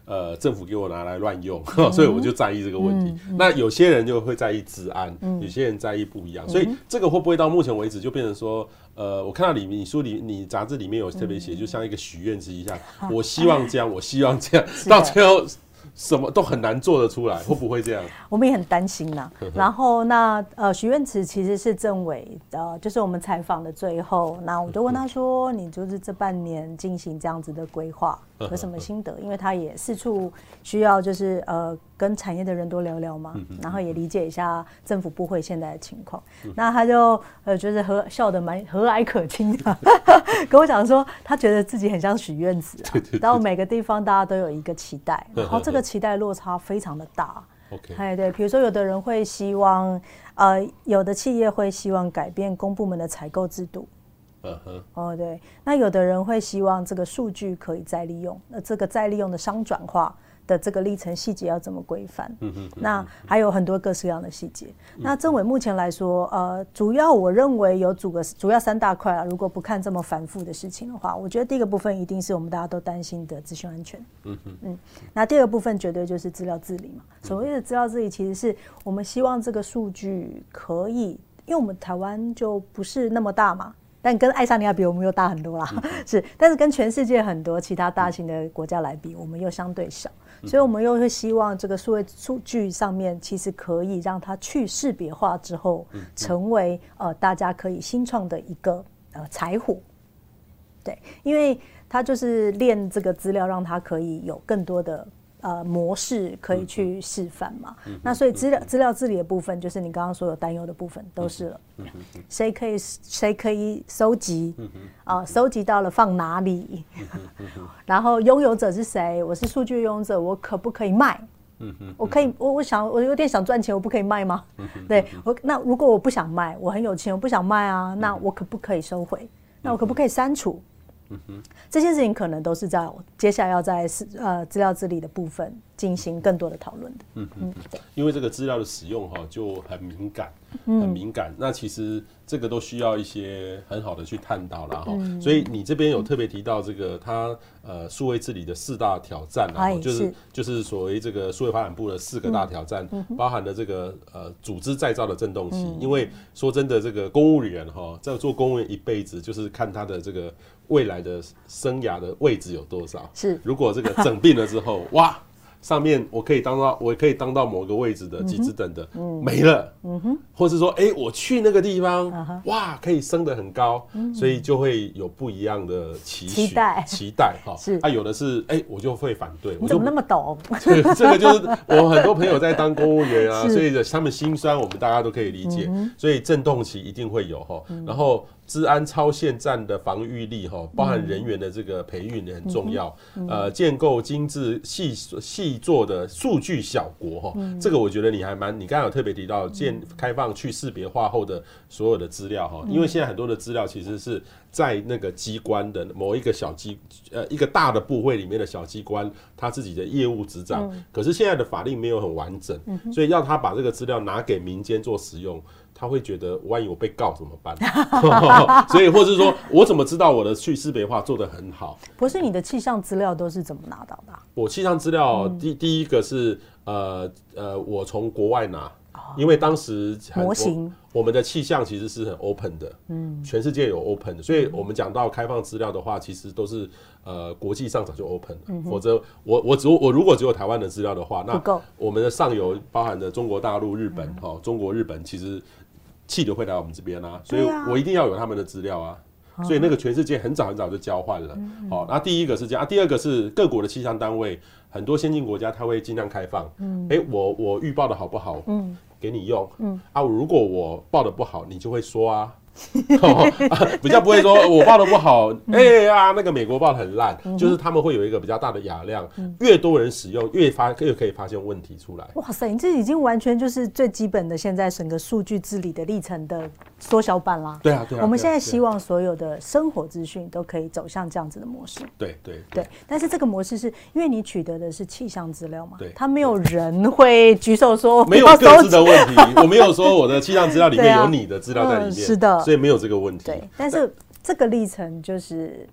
呃政府给我拿来乱用，嗯、所以我就在意这个问题。嗯嗯、那有些人就会在意治安，嗯、有些人在意不一样，所以这个会不会到目前为止就变成说，呃，我看到里面你书里你杂志里面有特别写，嗯、就像一个许愿池一样，嗯、我希望这样，我希望这样，到最后。什么都很难做得出来，会不会这样？ 我们也很担心呐。然后那呃许愿池其实是政委呃，就是我们采访的最后，那我就问他说，你就是这半年进行这样子的规划，有什么心得？因为他也四处需要就是呃跟产业的人多聊聊嘛，然后也理解一下政府部会现在的情况。那他就呃就是和笑得蛮和蔼可亲的，跟我讲说他觉得自己很像许愿池啊，然后每个地方大家都有一个期待，然后这个期待落差非常的大。 OK， 哎对，比如说有的人会希望，呃，有的企业会希望改变公部门的采购制度。Uh huh. 哦，对，那有的人会希望这个数据可以再利用，那这个再利用的商转化的这个历程细节要怎么规范？嗯嗯，那还有很多各式各样的细节。嗯、那政委目前来说，呃，主要我认为有主个主要三大块啊。如果不看这么繁复的事情的话，我觉得第一个部分一定是我们大家都担心的资讯安全。嗯嗯，那第二个部分绝对就是资料治理嘛。所谓的资料治理，其实是我们希望这个数据可以，因为我们台湾就不是那么大嘛。但跟爱沙尼亚比，我们又大很多啦，嗯、是，但是跟全世界很多其他大型的国家来比，我们又相对小，所以我们又会希望这个数位数据上面其实可以让它去识别化之后，成为呃大家可以新创的一个呃财富，对，因为它就是练这个资料，让它可以有更多的。呃，模式可以去示范嘛？嗯、那所以资料资料治理的部分，就是你刚刚所有担忧的部分都是了。嗯、谁可以谁可以收集？啊、呃，收集到了放哪里？嗯、然后拥有者是谁？我是数据拥有者，我可不可以卖？嗯、我可以，我我想我有点想赚钱，我不可以卖吗？嗯、对我那如果我不想卖，我很有钱，我不想卖啊，那我可不可以收回？那我可不可以删除？嗯哼，这些事情可能都是在接下来要在呃资料治理的部分进行更多的讨论的。嗯嗯，对，因为这个资料的使用哈就很敏感，很敏感。嗯、那其实这个都需要一些很好的去探讨啦哈。嗯、所以你这边有特别提到这个它呃数位治理的四大挑战啊，哎、就是就是所谓这个数位发展部的四个大挑战，嗯、包含了这个呃组织再造的震动期。嗯、因为说真的，这个公务员哈在做公务员一辈子，就是看他的这个。未来的生涯的位置有多少？是，如果这个整并了之后，哇，上面我可以当到，我可以当到某个位置的几职等的、嗯、没了，嗯哼，或是说，哎、欸，我去那个地方，嗯、哇，可以升得很高，嗯、所以就会有不一样的期许、 期待、 期待哈。是，啊，有的是，哎、欸，我就会反对， 你怎么那么懂？ 这个就是我很多朋友在当公务员啊，所以他们辛酸，我们大家都可以理解，嗯、所以震动期一定会有哈，嗯、然后。治安超限战的防御力哈，包含人员的这个培育也很重要。嗯、呃，建构精致细细做的数据小国哈，嗯、这个我觉得你还蛮，你刚刚有特别提到建开放去识别化后的所有的资料哈，因为现在很多的资料其实是在那个机关的某一个小机呃一个大的部会里面的小机关，他自己的业务执掌，嗯、可是现在的法令没有很完整，嗯、所以要他把这个资料拿给民间做使用。他会觉得，万一我被告怎么办？所以，或是说我怎么知道我的去识别化做得很好？ 不是你的气象资料都是怎么拿到的、啊？ 我气象资料、嗯、第第一个是呃呃，我从国外拿，哦、因为当时模型我，我们的气象其实是很 open 的，嗯，全世界有 open 的，所以我们讲到开放资料的话，其实都是呃国际上早就 open 了，嗯、否则我我只我如果只有台湾的资料的话，那我们的上游包含的中国大陆、日本，哈、嗯，中国、日本其实。气流会来我们这边啊，所以我一定要有他们的资料啊，啊所以那个全世界很早很早就交换了。嗯、好，那第一个是这样，啊、第二个是各国的气象单位，很多先进国家它会尽量开放。嗯，哎、欸，我我预报的好不好？嗯，给你用。嗯，啊，如果我报的不好，你就会说啊。哦啊、比较不会说我报的不好，哎、欸、啊，那个美国报的很烂，嗯、就是他们会有一个比较大的雅量，嗯、越多人使用，越发越可以发现问题出来。 哇塞，你这已经完全就是最基本的现在整个数据治理的历程的缩小版啦。 对啊，对啊。 我们现在希望所有的生活资讯都可以走向这样子的模式。 对对对, 对。但是这个模式是因为你取得的是气象资料嘛？对。他没有人会举手说没有各自的问题，我没有说我的气象资料里面有你的资料在里面。 啊嗯、是的。 所以没有这个问题。 对，但是这个历程就是，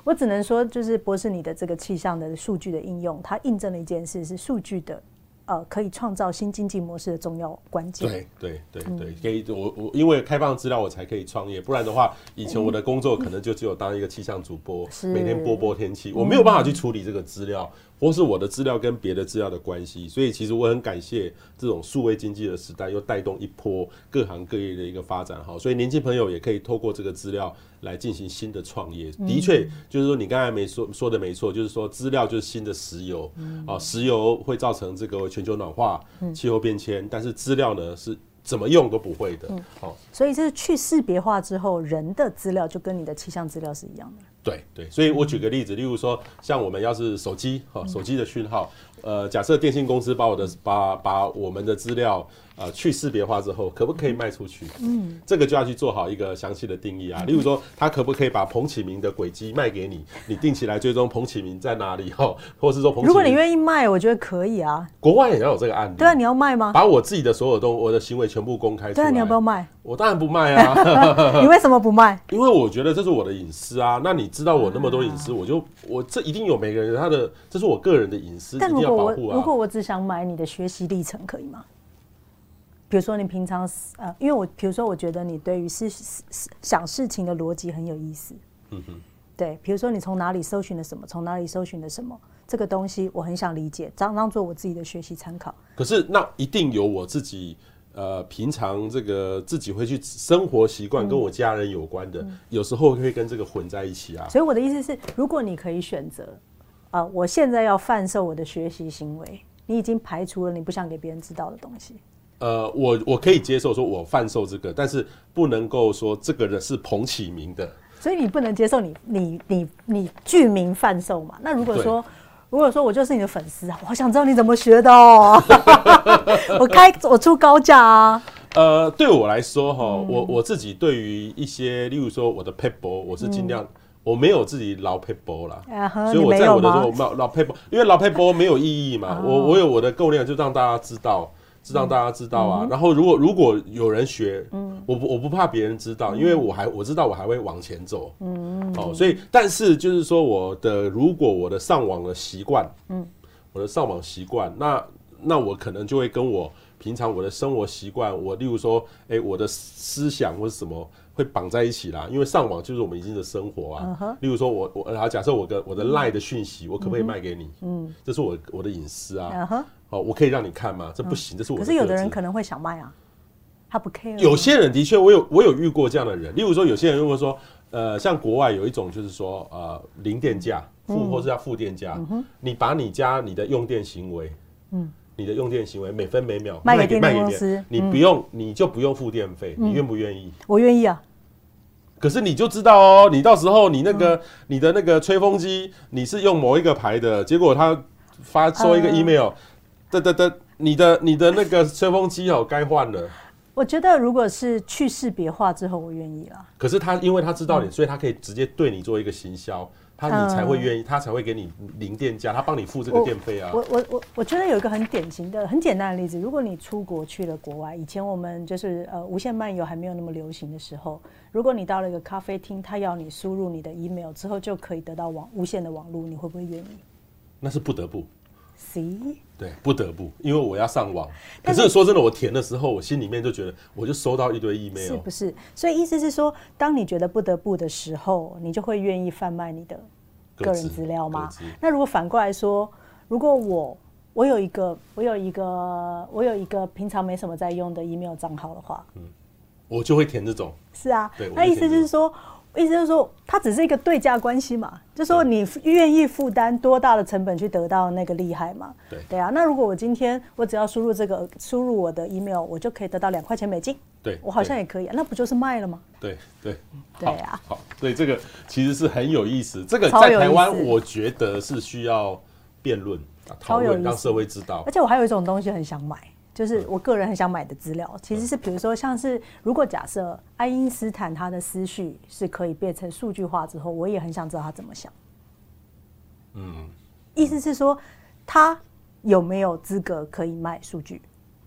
我只能说，就是博士你的这个气象的数据的应用，它印证了一件事，是数据的。呃，可以创造新经济模式的重要关键。 对对对对，给、嗯、我我因为开放资料我才可以创业，不然的话，以前我的工作可能就只有当一个气象主播，嗯、每天播播天气，我没有办法去处理这个资料，或是我的资料跟别的资料的关系。所以其实我很感谢这种数位经济的时代，又带动一波各行各业的一个发展。好，所以年轻朋友也可以透过这个资料来进行新的创业。的确，就是说你刚才没说说的没错，就是说资料就是新的石油，嗯、啊，石油会造成这个全球暖化、气候变迁，但是资料呢是怎么用都不会的。嗯哦、 所以这是去识别化之后，人的资料就跟你的气象资料是一样的。 对对，所以我举个例子，例如说，像我们要是手机，哈，手机的讯号，呃，假设电信公司把我的把把我们的资料呃去识别化之后，可不可以卖出去？嗯，这个就要去做好一个详细的定义啊。例如说，他可不可以把彭启明的轨迹卖给你，你定期来追踪彭启明在哪里，哈，或是说彭启明， 如果你愿意卖，我觉得可以啊。 国外也要有这个案例。 对啊，你要卖吗？ 把我自己的所有都我的行为全部公开出来。 对啊，你要不要卖？ 我当然不卖啊。 你为什么不卖？ 因为我觉得这是我的隐私啊。那你知道我那么多隐私，我就我这一定有每个人他的，这是我个人的隐私，一定要保护啊。 如果我只想买你的学习历程，可以吗？比如说你平常呃，因为我比如说我觉得你对于事想事情的逻辑很有意思，嗯哼，对，比如说你从哪里搜寻了什么，从哪里搜寻了什么，这个东西我很想理解，当当做我自己的学习参考。 可是那一定有我自己。呃，平常这个自己会去生活习惯跟我家人有关的，嗯、有时候会跟这个混在一起啊。 所以我的意思是，如果你可以选择，啊、呃，我现在要贩售我的学习行为，你已经排除了你不想给别人知道的东西。 呃，我我可以接受说我贩售这个，但是不能够说这个人是彭启明的。 所以你不能接受你你你你具名贩售嘛？那如果说。如果说我就是你的粉丝啊，我好想知道你怎么学的哦。我开我出高价啊。 呃，对我来说哈，嗯、我我自己对于一些，例如说我的 paper， 我是尽量、嗯、我没有自己捞 paper 啦，啊、所以我在我的时候我捞 paper， 因为捞 paper 没有意义嘛。我我有我的够量，就让大家知道。是让大家知道啊，嗯、然后如果如果有人学，嗯、我不我不怕别人知道，嗯、因为我还我知道我还会往前走，嗯哦，所以但是就是说我的如果我的上网的习惯，嗯，我的上网习惯，那那我可能就会跟我平常我的生活习惯，我例如说，哎、欸，我的思想或是什么会绑在一起啦，因为上网就是我们已经的生活啊。Uh-huh. 例如说我我啊，假设我的我的 LINE 的讯息，我可不可以卖给你？嗯，这是我我的隐私啊。Uh-huh. 哦，我可以让你看吗？这不行，嗯、这是我的。 可是有的人可能会想卖啊，他不 care。 有些人的确，我有我有遇过这样的人。例如说，有些人如果说，呃，像国外有一种就是说，呃，零电价，付、嗯、或是要付电价，嗯、你把你家你的用电行为，嗯，你的用电行为每分每秒卖给电力公司， 你不用、嗯、你就不用付电费，你愿不愿意？ 我愿意啊。 可是你就知道哦，你到时候你那个、嗯、你的那个吹风机，你是用某一个牌的，结果他发收一个 email，得得得。你的你的那个吹风机哦，该换了。 我觉得如果是去识别化之后，我愿意啦。 可是他因为他知道你，嗯、所以他可以直接对你做一个行销，他你才会愿意，嗯、他才会给你零电价，他帮你付这个电费啊。 我我我我觉得有一个很典型的、很简单的例子，如果你出国去了国外，以前我们就是呃无线漫游还没有那么流行的时候，如果你到了一个咖啡厅，他要你输入你的 email 之后就可以得到网无线的网络，你会不会愿意？ 那是不得不。 See? 对，不得不，因为我要上网。可是说真的，我填的时候，我心里面就觉得，我就收到一堆 email， 是不是？所以意思是说，当你觉得不得不的时候，你就会愿意贩卖你的个人资料吗？那如果反过来说，如果我我有一个我有一个我有一个平常没什么在用的 email 账号的话，嗯， 我就会填这种。 是啊，那意思就是说。意思就是说，它只是一个对价关系嘛，就说你愿意负担多大的成本去得到那个厉害嘛？ 对对啊。那如果我今天我只要输入这个输入我的 email， 我就可以得到两块钱美金。 对， 我好像也可以、啊，那不就是卖了吗？ 对对对啊。 好，所以这个其实是很有意思。这个在台湾，我觉得是需要辩论、讨论，让社会知道。 而且我还有一种东西很想买。就是我个人很想买的资料，其实是比如说像是如果假设爱因斯坦他的思绪是可以变成数据化之后，我也很想知道他怎么想。嗯，意思是说他有没有资格可以卖数据？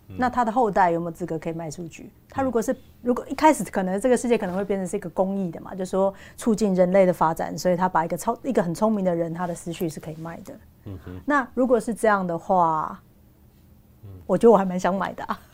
那他的后代有没有资格可以卖出去？他如果是如果一开始可能这个世界可能会变成是一个公益的嘛，就是说促进人类的发展，所以他把一个超一个很聪明的人，他的思绪是可以卖的。嗯哼，那如果是这样的话，我觉得我还蛮想买的啊。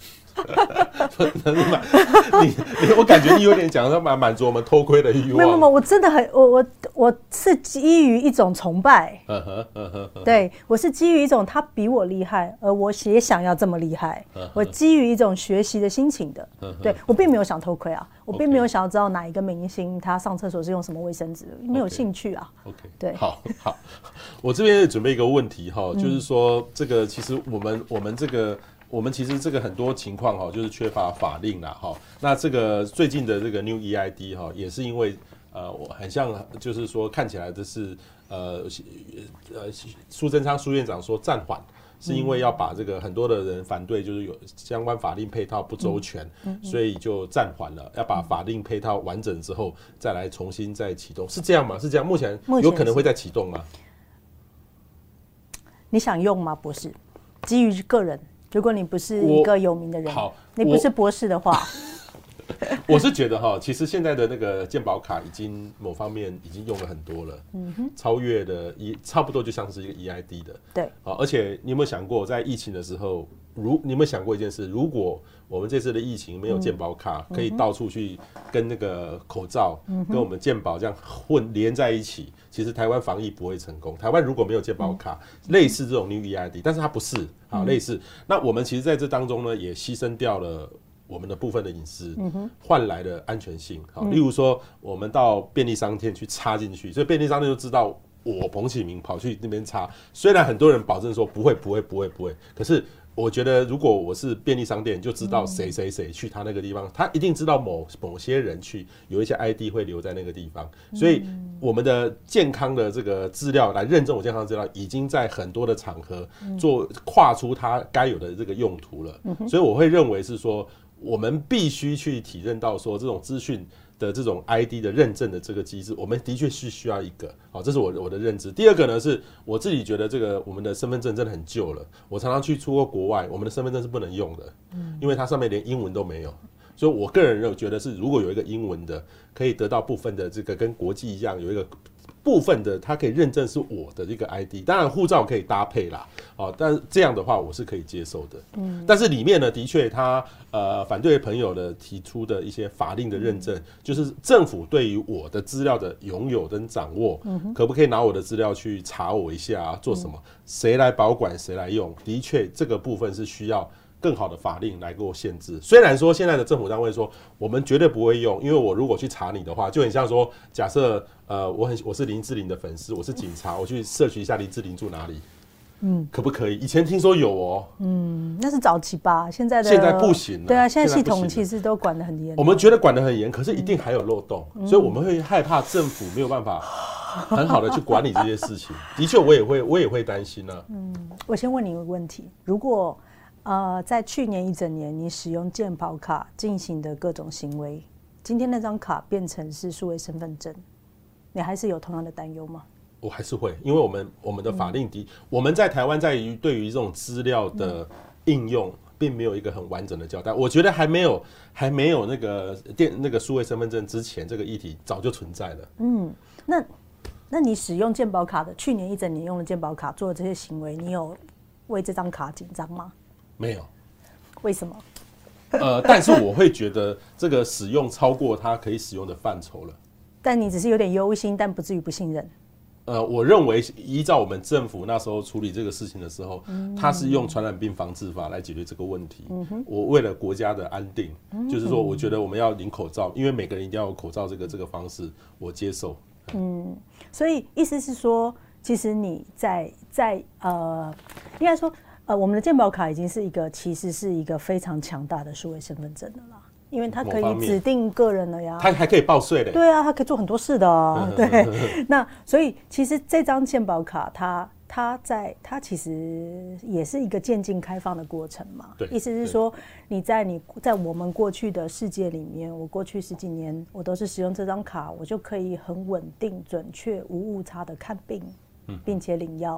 你你我感觉你有点讲要满满足我们偷窥的欲望。 没有没有，我真的很我我我是基于一种崇拜。嗯哼嗯哼，对，我是基于一种他比我厉害，而我也想要这么厉害。我基于一种学习的心情的。对，我并没有想偷窥啊，我并没有想要知道哪一个明星他上厕所是用什么卫生纸，没有兴趣啊。 OK， 对， 好好，我这边准备一个问题哈，就是说这个其实我们我们这个。我们其实这个很多情况哈，就是缺乏法令啦哈。那这个最近的这个 New E I D 哈，也是因为呃，我很像就是说看起来的是呃呃苏贞昌苏院长说暂缓，是因为要把这个很多的人反对，就是有相关法令配套不周全，所以就暂缓了，要把法令配套完整之后再来重新再启动，是这样吗？是这样？目前有可能会再启动吗？ 你想用吗，博士？基于个人。如果你不是一个有名的人，好，你不是博士的话， 我是觉得哈，其实现在的那个健保卡已经某方面已经用了很多了，嗯哼，超越的一差不多就像是一个 E I D 的， 对， 好，而且你有没有想过，在疫情的时候，如你有没有想过一件事？如果我们这次的疫情没有健保卡，嗯、可以到处去跟那个口罩、嗯、跟我们健保这样混连在一起，其实台湾防疫不会成功。台湾如果没有健保卡，嗯、类似这种 New E I D， 但是它不是啊，类似。那我们其实在这当中呢，也牺牲掉了我们的部分的隐私，换来的安全性。好，例如说，我们到便利商店去插进去，所以便利商店就知道我彭启明跑去那边插。虽然很多人保证说不会、不会、不会、不会，可是我觉得如果我是便利商店，就知道谁谁谁去他那个地方，他一定知道某某些人去，有一些 I D 会留在那个地方，所以我们的健康的这个资料来认证我健康资料，已经在很多的场合做跨出它该有的这个用途了。所以我会认为是说，我们必须去体认到说这种资讯的这种 I D 的认证的这个机制，我们的确是需要一个，好，这是我我的认知。第二个呢，是我自己觉得这个我们的身份证真的很旧了，我常常去出过国外，我们的身份证是不能用的，因为它上面连英文都没有。所以我个人觉得是，如果有一个英文的，可以得到部分的这个跟国际一样有一个部分的，它可以认证是我的一个 I D， 当然护照可以搭配啦，哦，但是这样的话我是可以接受的。嗯，但是里面呢，的确他呃反对朋友的提出的一些法令的认证，就是政府对于我的资料的拥有跟掌握，嗯、可不可以拿我的资料去查我一下、啊，做什么？谁来保管，谁来用？的确，这个部分是需要更好的法令来给我限制。虽然说现在的政府单位说我们绝对不会用，因为我如果去查你的话，就很像说，假设呃我很我是林志玲的粉丝，我是警察，我去摄取一下林志玲住哪里，嗯，可不可以？以前听说有哦， 嗯，那是早期吧，现在的现在不行了。 对啊，现在系统其实都管得很严。 我们觉得管得很严，可是一定还有漏洞，嗯、所以我们会害怕政府没有办法很好的去管理这些事情。的确，我也会我也会担心啊。 嗯，我先问你一个问题，如果呃，在去年一整年，你使用健保卡进行的各种行为，今天那张卡变成是数位身份证，你还是有同样的担忧吗？ 我还是会，因为我们我们的法令的，嗯、我们在台湾在于对于这种资料的应用，并没有一个很完整的交代。我觉得还没有还没有那个电那个数位身份证之前，这个议题早就存在了。嗯， 那那你使用健保卡的，去年一整年用的健保卡做的这些行为，你有为这张卡紧张吗？ 没有， 为什么？ 呃，但是我会觉得这个使用超过它可以使用的范畴了。 但你只是有点忧心，但不至于不信任。 呃，我认为依照我们政府那时候处理这个事情的时候，嗯、它是用传染病防治法来解决这个问题。嗯、我为了国家的安定，嗯、就是说，我觉得我们要领口罩，因为每个人一定要有口罩这个这个方式，我接受。 嗯，所以意思是说，其实你在在呃，应该说。呃，我们的健保卡已经是一个，其实是一个非常强大的数位身份证了啦，因为它可以指定个人了呀， 它还可以报税的， 对啊，它可以做很多事的哦。对，那所以其实这张健保卡它，它在它其实也是一个渐进开放的过程嘛。对，意思是说，你在你在我们过去的世界里面，我过去十几年我都是使用这张卡，我就可以很稳定、准确、无误差的看病，并且领药。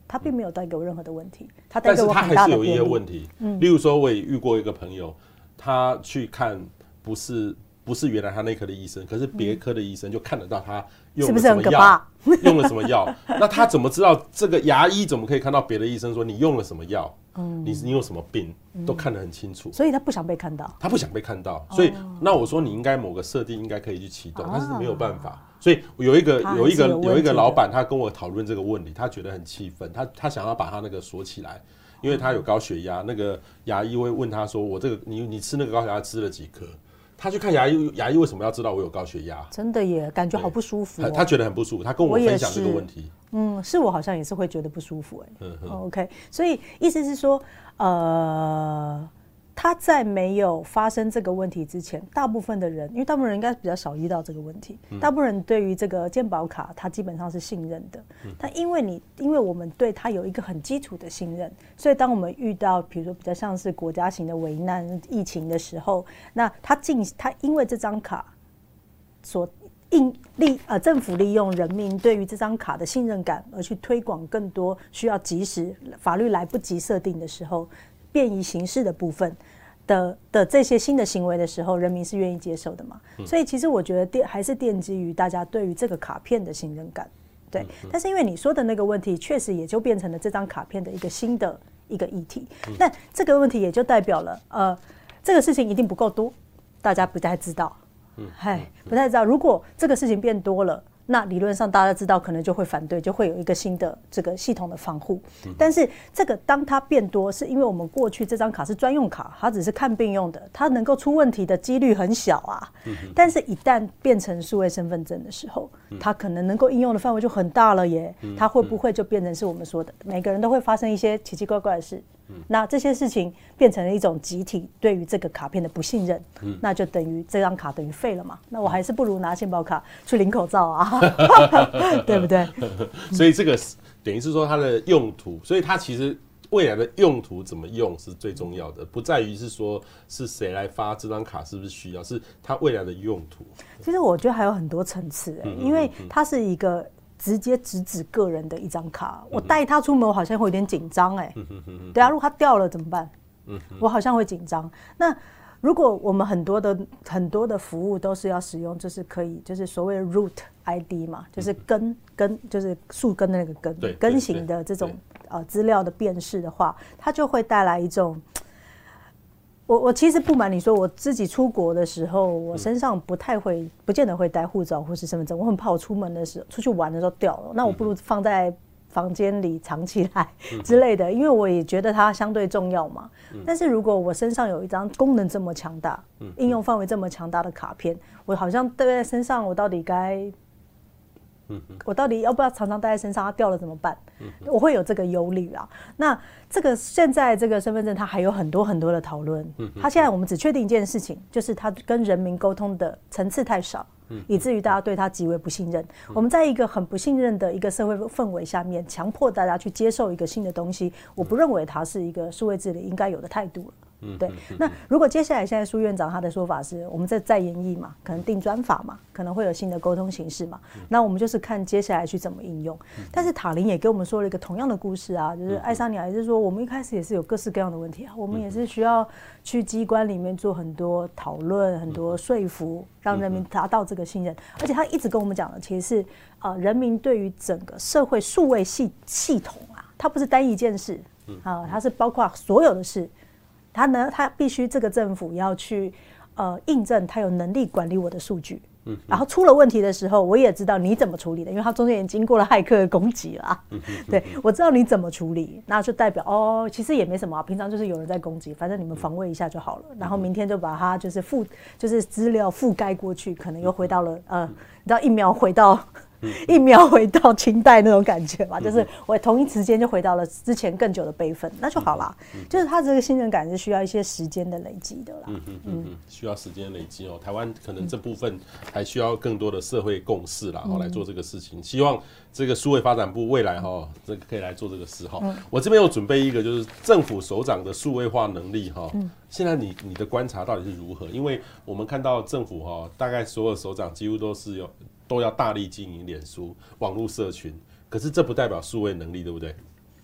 它并没有带给我任何的问题，它带给我但是它很大的还是有一些便利。 问题，嗯，例如说我也遇过一个朋友，他去看不是不是原来他那科的医生，可是别科的医生就看得到他用了什么药，用了什么药，那他怎么知道这个牙医怎么可以看到别的医生说你用了什么药？嗯，你你有什么病，都看得很清楚， 所以他不想被看到， 他不想被看到，所以、哦、那我说你应该某个设定应该可以去启动，但是没有办法。所以有一个有一个有一个老板，他跟我讨论这个问题，他觉得很气愤，他他想要把他那个锁起来，因为他有高血压，那个牙医会问他说：“我这个你你吃那个高血压吃了几颗？”他去看牙医，牙医为什么要知道我有高血压？ 真的耶，感觉好不舒服、哦。 他觉得很不舒服，他跟我分享这个问题。 嗯，是我好像也是会觉得不舒服哎。嗯嗯、哦、，OK， 所以意思是说，呃。他在没有发生这个问题之前，大部分的人，因为大部分人应该比较少遇到这个问题，嗯、大部分人对于这个健保卡，他基本上是信任的。嗯、但因为你，因为我们对他有一个很基础的信任，所以当我们遇到比如说比较像是国家型的危难、疫情的时候，那他进他因为这张卡所应利呃政府利用人民对于这张卡的信任感，而去推广更多需要及时法律来不及设定的时候。便于行事的部分 的, 的这些新的行为的时候，人民是愿意接受的嘛？嗯、所以其实我觉得还是奠基于大家对于这个卡片的信任感，对。嗯嗯、但是因为你说的那个问题，确实也就变成了这张卡片的一个新的一个议题。嗯、那这个问题也就代表了，呃，这个事情一定不够多，大家不太知道，嗯，嗨，不太知道。如果这个事情变多了。那理论上大家知道可能就会反对，就会有一个新的这个系统的防护。但是这个当它变多，是因为我们过去这张卡是专用卡，它只是看病用的，它能够出问题的几率很小啊。但是一旦变成数位身份证的时候，它可能能够应用的范围就很大了耶。它会不会就变成是我们说的每个人都会发生一些奇奇怪怪的事？那这些事情变成了一种集体对于这个卡片的不信任，那就等于这张卡等于废了嘛？那我还是不如拿健保卡去领口罩啊。对不对？ 所以这个等于是说它的用途，所以它其实未来的用途怎么用是最重要的，不在于是说是谁来发这张卡是不是需要，是它未来的用途。 其实我觉得还有很多层次、欸，因为它是一个直接直指个人的一张卡，我带它出门我好像会有点紧张哎。对啊，如果它掉了怎么办？我好像会紧张。那如果我们很多的很多的服务都是要使用，就是可以，就是所谓的 root I D 嘛，就是根根就是树根的那个根根型的这种呃资料的辨识的话，它就会带来一种。我我其实不瞒你说，我自己出国的时候，我身上不太会，不见得会带护照或是身份证，我很怕我出门的时候出去玩的时候掉了，那我不如放在房间里藏起来之类的，因为我也觉得它相对重要嘛。但是如果我身上有一张功能这么强大、应用范围这么强大的卡片，我好像带在身上，我到底该，我到底要不要常常带在身上？它掉了怎么办？我会有这个忧虑啊。那这个现在这个身份证，它还有很多很多的讨论。它现在我们只确定一件事情，就是它跟人民沟通的层次太少。以至于大家对他极为不信任。我们在一个很不信任的一个社会氛围下面，强迫大家去接受一个新的东西，我不认为它是一个数位治理应该有的态度了。对，那如果接下来现在苏院长他的说法是，我们在再研议嘛，可能定专法嘛，可能会有新的沟通形式嘛，那我们就是看接下来去怎么应用。但是塔琳也给我们说了一个同样的故事啊，就是爱沙尼亚也是说，我们一开始也是有各式各样的问题啊，我们也是需要去机关里面做很多讨论、很多说服，让人民达到这个信任。而且他一直跟我们讲的，其实是呃，人民对于整个社会数位系系统啊，它不是单一件事啊，它是包括所有的事。他呢，他必须这个政府要去呃印证他有能力管理我的数据，嗯，然后出了问题的时候，我也知道你怎么处理的，因为他中间也经过了骇客的攻击啦，嗯，对，我知道你怎么处理，那就代表哦，其实也没什么，平常就是有人在攻击，反正你们防卫一下就好了，然后明天就把它就是覆就是资料覆盖过去，可能又回到了呃，你知道一秒回到。一秒回到清代那种感觉吧，就是我同一时间就回到了之前更久的辈分，那就好啦。就是他这个信任感是需要一些时间的累积的啦。嗯嗯嗯， 需要时间累积哦。台湾可能这部分还需要更多的社会共识啦，嗯，来做这个事情。希望这个数位发展部未来哈，这个可以来做这个事哈。我这边有准备一个，就是政府首长的数位化能力哈。现在你你的观察到底是如何？因为我们看到政府哈，大概所有首长几乎都是有。都要大力经营脸书网络社群，可是这不代表数位能力，对不对？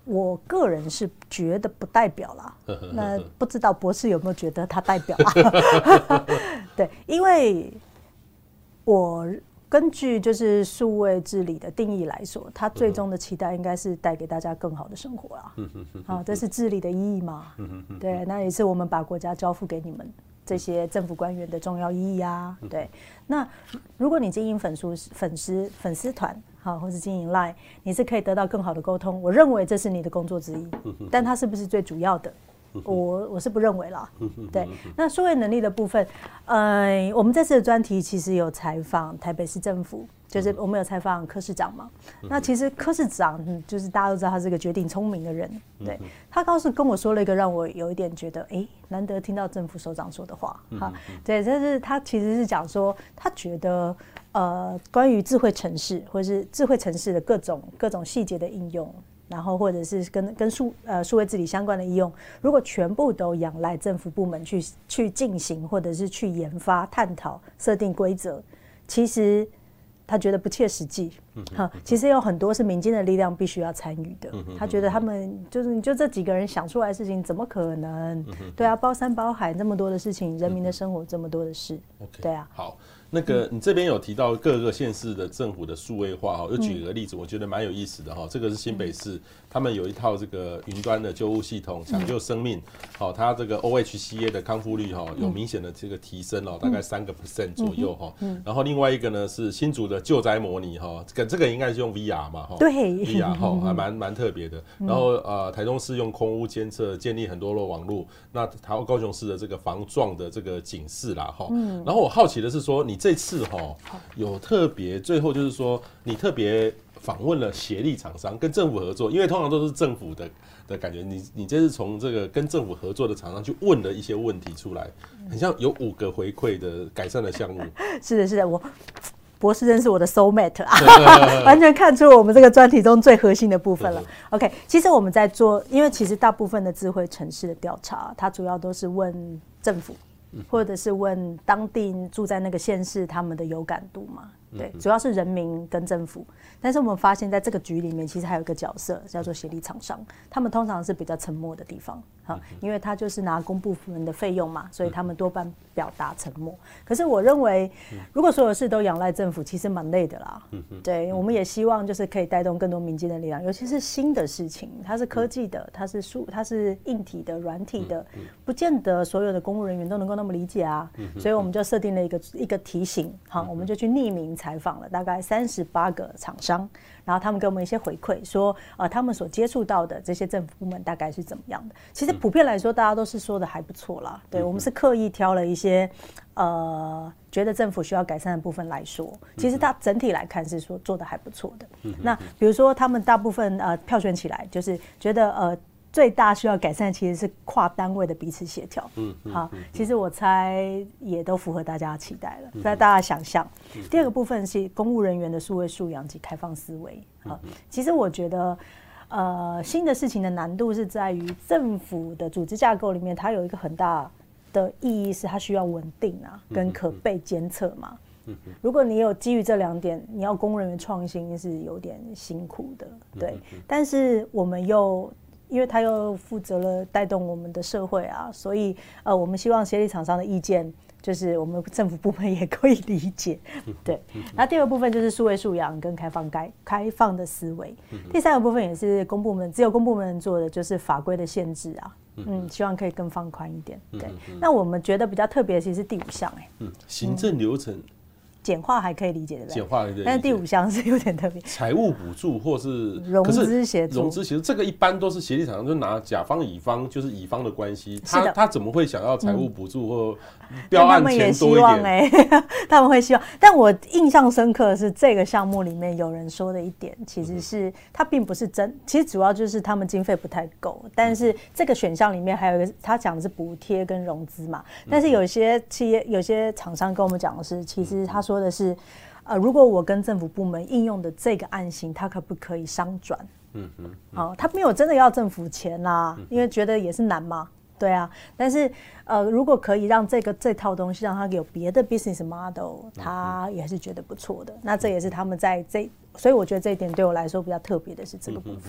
我个人是觉得不代表啦，那不知道博士有没有觉得他代表啊？对，因为我根据就是数位治理的定义来说，它最终的期待应该是带给大家更好的生活啦。啊，这是治理的意义嘛？对，那也是我们把国家交付给你们这些政府官员的重要意义啊。对，那如果你经营粉丝粉丝粉丝团，好，或是经营 Line， 你是可以得到更好的沟通，我认为这是你的工作之一，但它是不是最主要的？我我是不认为啦。对，那数位能力的部分，呃，我们这次的专题其实有采访台北市政府，就是我们有采访柯市长嘛。那其实柯市长就是大家都知道他是个绝顶聪明的人，对，他倒是跟我说了一个让我有一点觉得，哎、欸，难得听到政府首长说的话，哈，对，就是他其实是讲说，他觉得。呃，关于智慧城市或是智慧城市的各种各种细节的应用，然后或者是跟跟数呃数位治理相关的应用，如果全部都仰赖政府部门去去进行，或者是去研发、探讨、设定规则，其实他觉得不切实际。哈，其实有很多是民间的力量必须要参与的。他觉得他们就是你就这几个人想出来的事情，怎么可能？对啊，包山包海这么多的事情，人民的生活这么多的事，对啊。 好。那个，你这边有提到各个县市的政府的数位化哈，又举个例子，我觉得蛮有意思的哈。这个是新北市，他们有一套这个云端的救护系统，抢救生命，好，它这个 O H C A 的康复率哈有明显的这个提升哦，大概三个 percent 左右哈。然后另外一个呢是新竹的救灾模拟哈，这个这个应该是用 V R 嘛哈， 对 ，V R 哈还蛮蛮特别的。然后呃，台中市用空污监测建立很多的网路，那台湾高雄市的这个防撞的这个警示啦哈。然后我好奇的是说，你这次哈有特别，最后就是说你特别访问了协力厂商跟政府合作，因为通常都是政府的的感觉，你你这是从这个跟政府合作的厂商去问了一些问题出来，很像有五个回馈的改善的项目。 是的，是的，我博士真是我的 soul mate 啊，完全看出我们这个专题中最核心的部分了。OK， 其实我们在做，因为其实大部分的智慧城市的调查，它主要都是问政府。或者是问当地住在那个县市他们的有感度嘛？对，主要是人民跟政府。但是我们发现在这个局里面，其实还有一个角色叫做协力厂商，他们通常是比较沉默的地方，因为他就是拿公部门的费用嘛，所以他们多半表达沉默。可是我认为，如果所有事都仰赖政府，其实蛮累的啦。对，我们也希望就是可以带动更多民间的力量，尤其是新的事情，它是科技的，它是数，它是硬体的、软体的，不见得所有的公务人员都能够那么理解啊。所以我们就设定了一个一个提醒，好，我们就去匿名采访了大概三十八个厂商，然后他们给我们一些回馈，说呃他们所接触到的这些政府部门大概是怎么样的。其实普遍来说，大家都是说的还不错啦。对，我们是刻意挑了一些呃觉得政府需要改善的部分来说，其实它整体来看是说做的还不错的。那比如说他们大部分呃票选起来，就是觉得呃。最大需要改善其实是跨单位的彼此协调。嗯，好，其实我猜也都符合大家的期待了，在大家想象。第二个部分是公务人员的数位素养及开放思维。好，其实我觉得，呃，新的事情的难度是在于政府的组织架构里面，它有一个很大的意义是它需要稳定啊，跟可被监测嘛。如果你有基于这两点，你要公务人员创新是有点辛苦的，对。但是我们又因为他又负责了带动我们的社会啊，所以呃，我们希望协力厂商的意见，就是我们政府部门也可以理解。对，那第二个部分就是数位素养跟开放开开放的思维。第三个部分也是公部门只有公部门做的，就是法规的限制啊。嗯，希望可以更放宽一点。对，那我们觉得比较特别，其实是第五项哎、欸， 嗯，行政流程。 简化还可以理解的， 简化可以理解， 但是第五项是有点特别， 财务补助或是融资协助， 融资协助这个一般都是协力厂商就拿甲方乙方就是乙方的关系，他他怎么会想要财务补助或标案钱多一点？ 哎、欸，他们会希望。但我印象深刻的是这个项目里面有人说的一点，其实是他并不是真，其实主要就是他们经费不太够，但是这个选项里面还有一个，他讲的是补贴跟融资嘛，但是有些企业有些厂商跟我们讲的是，其实他说。说的是，呃，如果我跟政府部门应用的这个案型，它可不可以商转？嗯嗯，哦，他没有真的要政府钱啦、啊，因为觉得也是难嘛，对啊。但是，呃，如果可以让这个这套东西让它有别的 business model， 他也是觉得不错的。那这也是他们在这，所以我觉得这一点对我来说比较特别的是这个部分。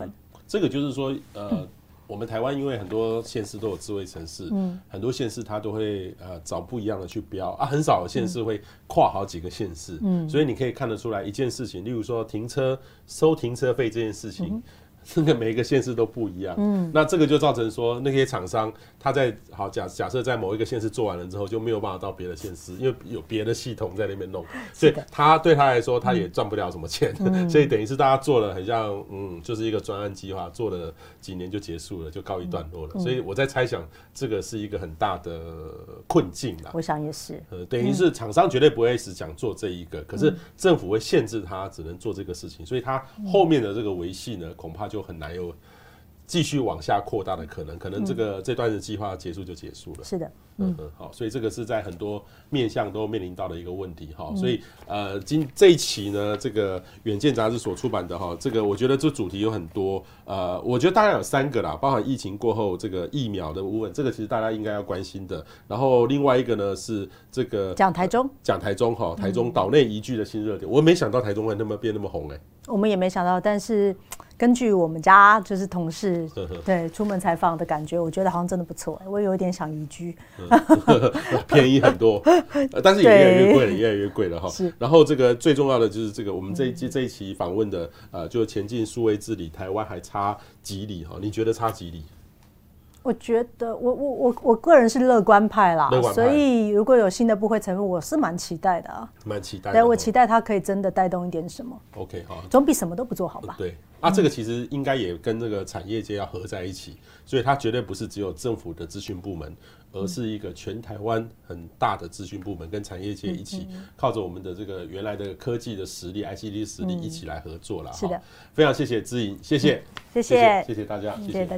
这个就是说，呃。嗯我们台湾因为很多县市都有智慧城市，嗯，很多县市它都会呃找不一样的去标啊，很少有县市会跨好几个县市，嗯，所以你可以看得出来一件事情，例如说停车收停车费这件事情。嗯，这个每一个县市都不一样，嗯，那这个就造成说那些厂商他在好假假设在某一个县市做完了之后就没有办法到别的县市，因为有别的系统在那边弄，所以他对他来说他也赚不了什么钱，嗯、所以等于是大家做了很像嗯就是一个专案计划，做了几年就结束了，就告一段落了。嗯、所以我在猜想这个是一个很大的困境啦。 我想也是， 呃，等于是厂商绝对不会只想做这一个，可是政府会限制他只能做这个事情，所以他后面的这个维系呢，恐怕就。就很难有继续往下扩大的可能，可能这个、嗯、这段的计划结束就结束了。 是的， 嗯嗯，好，所以这个是在很多面向都面临到的一个问题哈。所以呃，今这一期呢，这个远见杂志所出版的哈，这个我觉得这主题有很多，呃，我觉得大概有三个啦，包含疫情过后这个疫苗的部分，这个其实大家应该要关心的。然后另外一个呢是这个讲台中， 讲台中哈，台中岛内移居的新热点，我没想到台中会那么变那么红哎、欸， 我们也没想到，但是。根据我们家就是同事对出门采访的感觉，我觉得好像真的不错、欸，我有一点想移居， 嗯、便宜很多，但是也越来越贵了，越来越贵了哈。然后这个最重要的就是这个我们这一季、嗯、这一期访问的呃，就前进数位治理，台湾还差几里哈？你觉得差几里？ 我觉得我我我我个人是乐观派啦，乐观派，所以如果有新的部会成立，我是蛮期待的啊， 蛮期待的。 对，我期待它可以真的带动一点什么。 OK， 好， 总比什么都不做好吧？ 对。啊，这个其实应该也跟这个产业界要合在一起，所以它绝对不是只有政府的资讯部门，而是一个全台湾很大的资讯部门跟产业界一起，靠着我们的这个原来的科技的实力、I C T 实力一起来合作啦。 是的， 非常谢谢姿莹，谢谢， 谢谢， 谢谢大家，谢谢。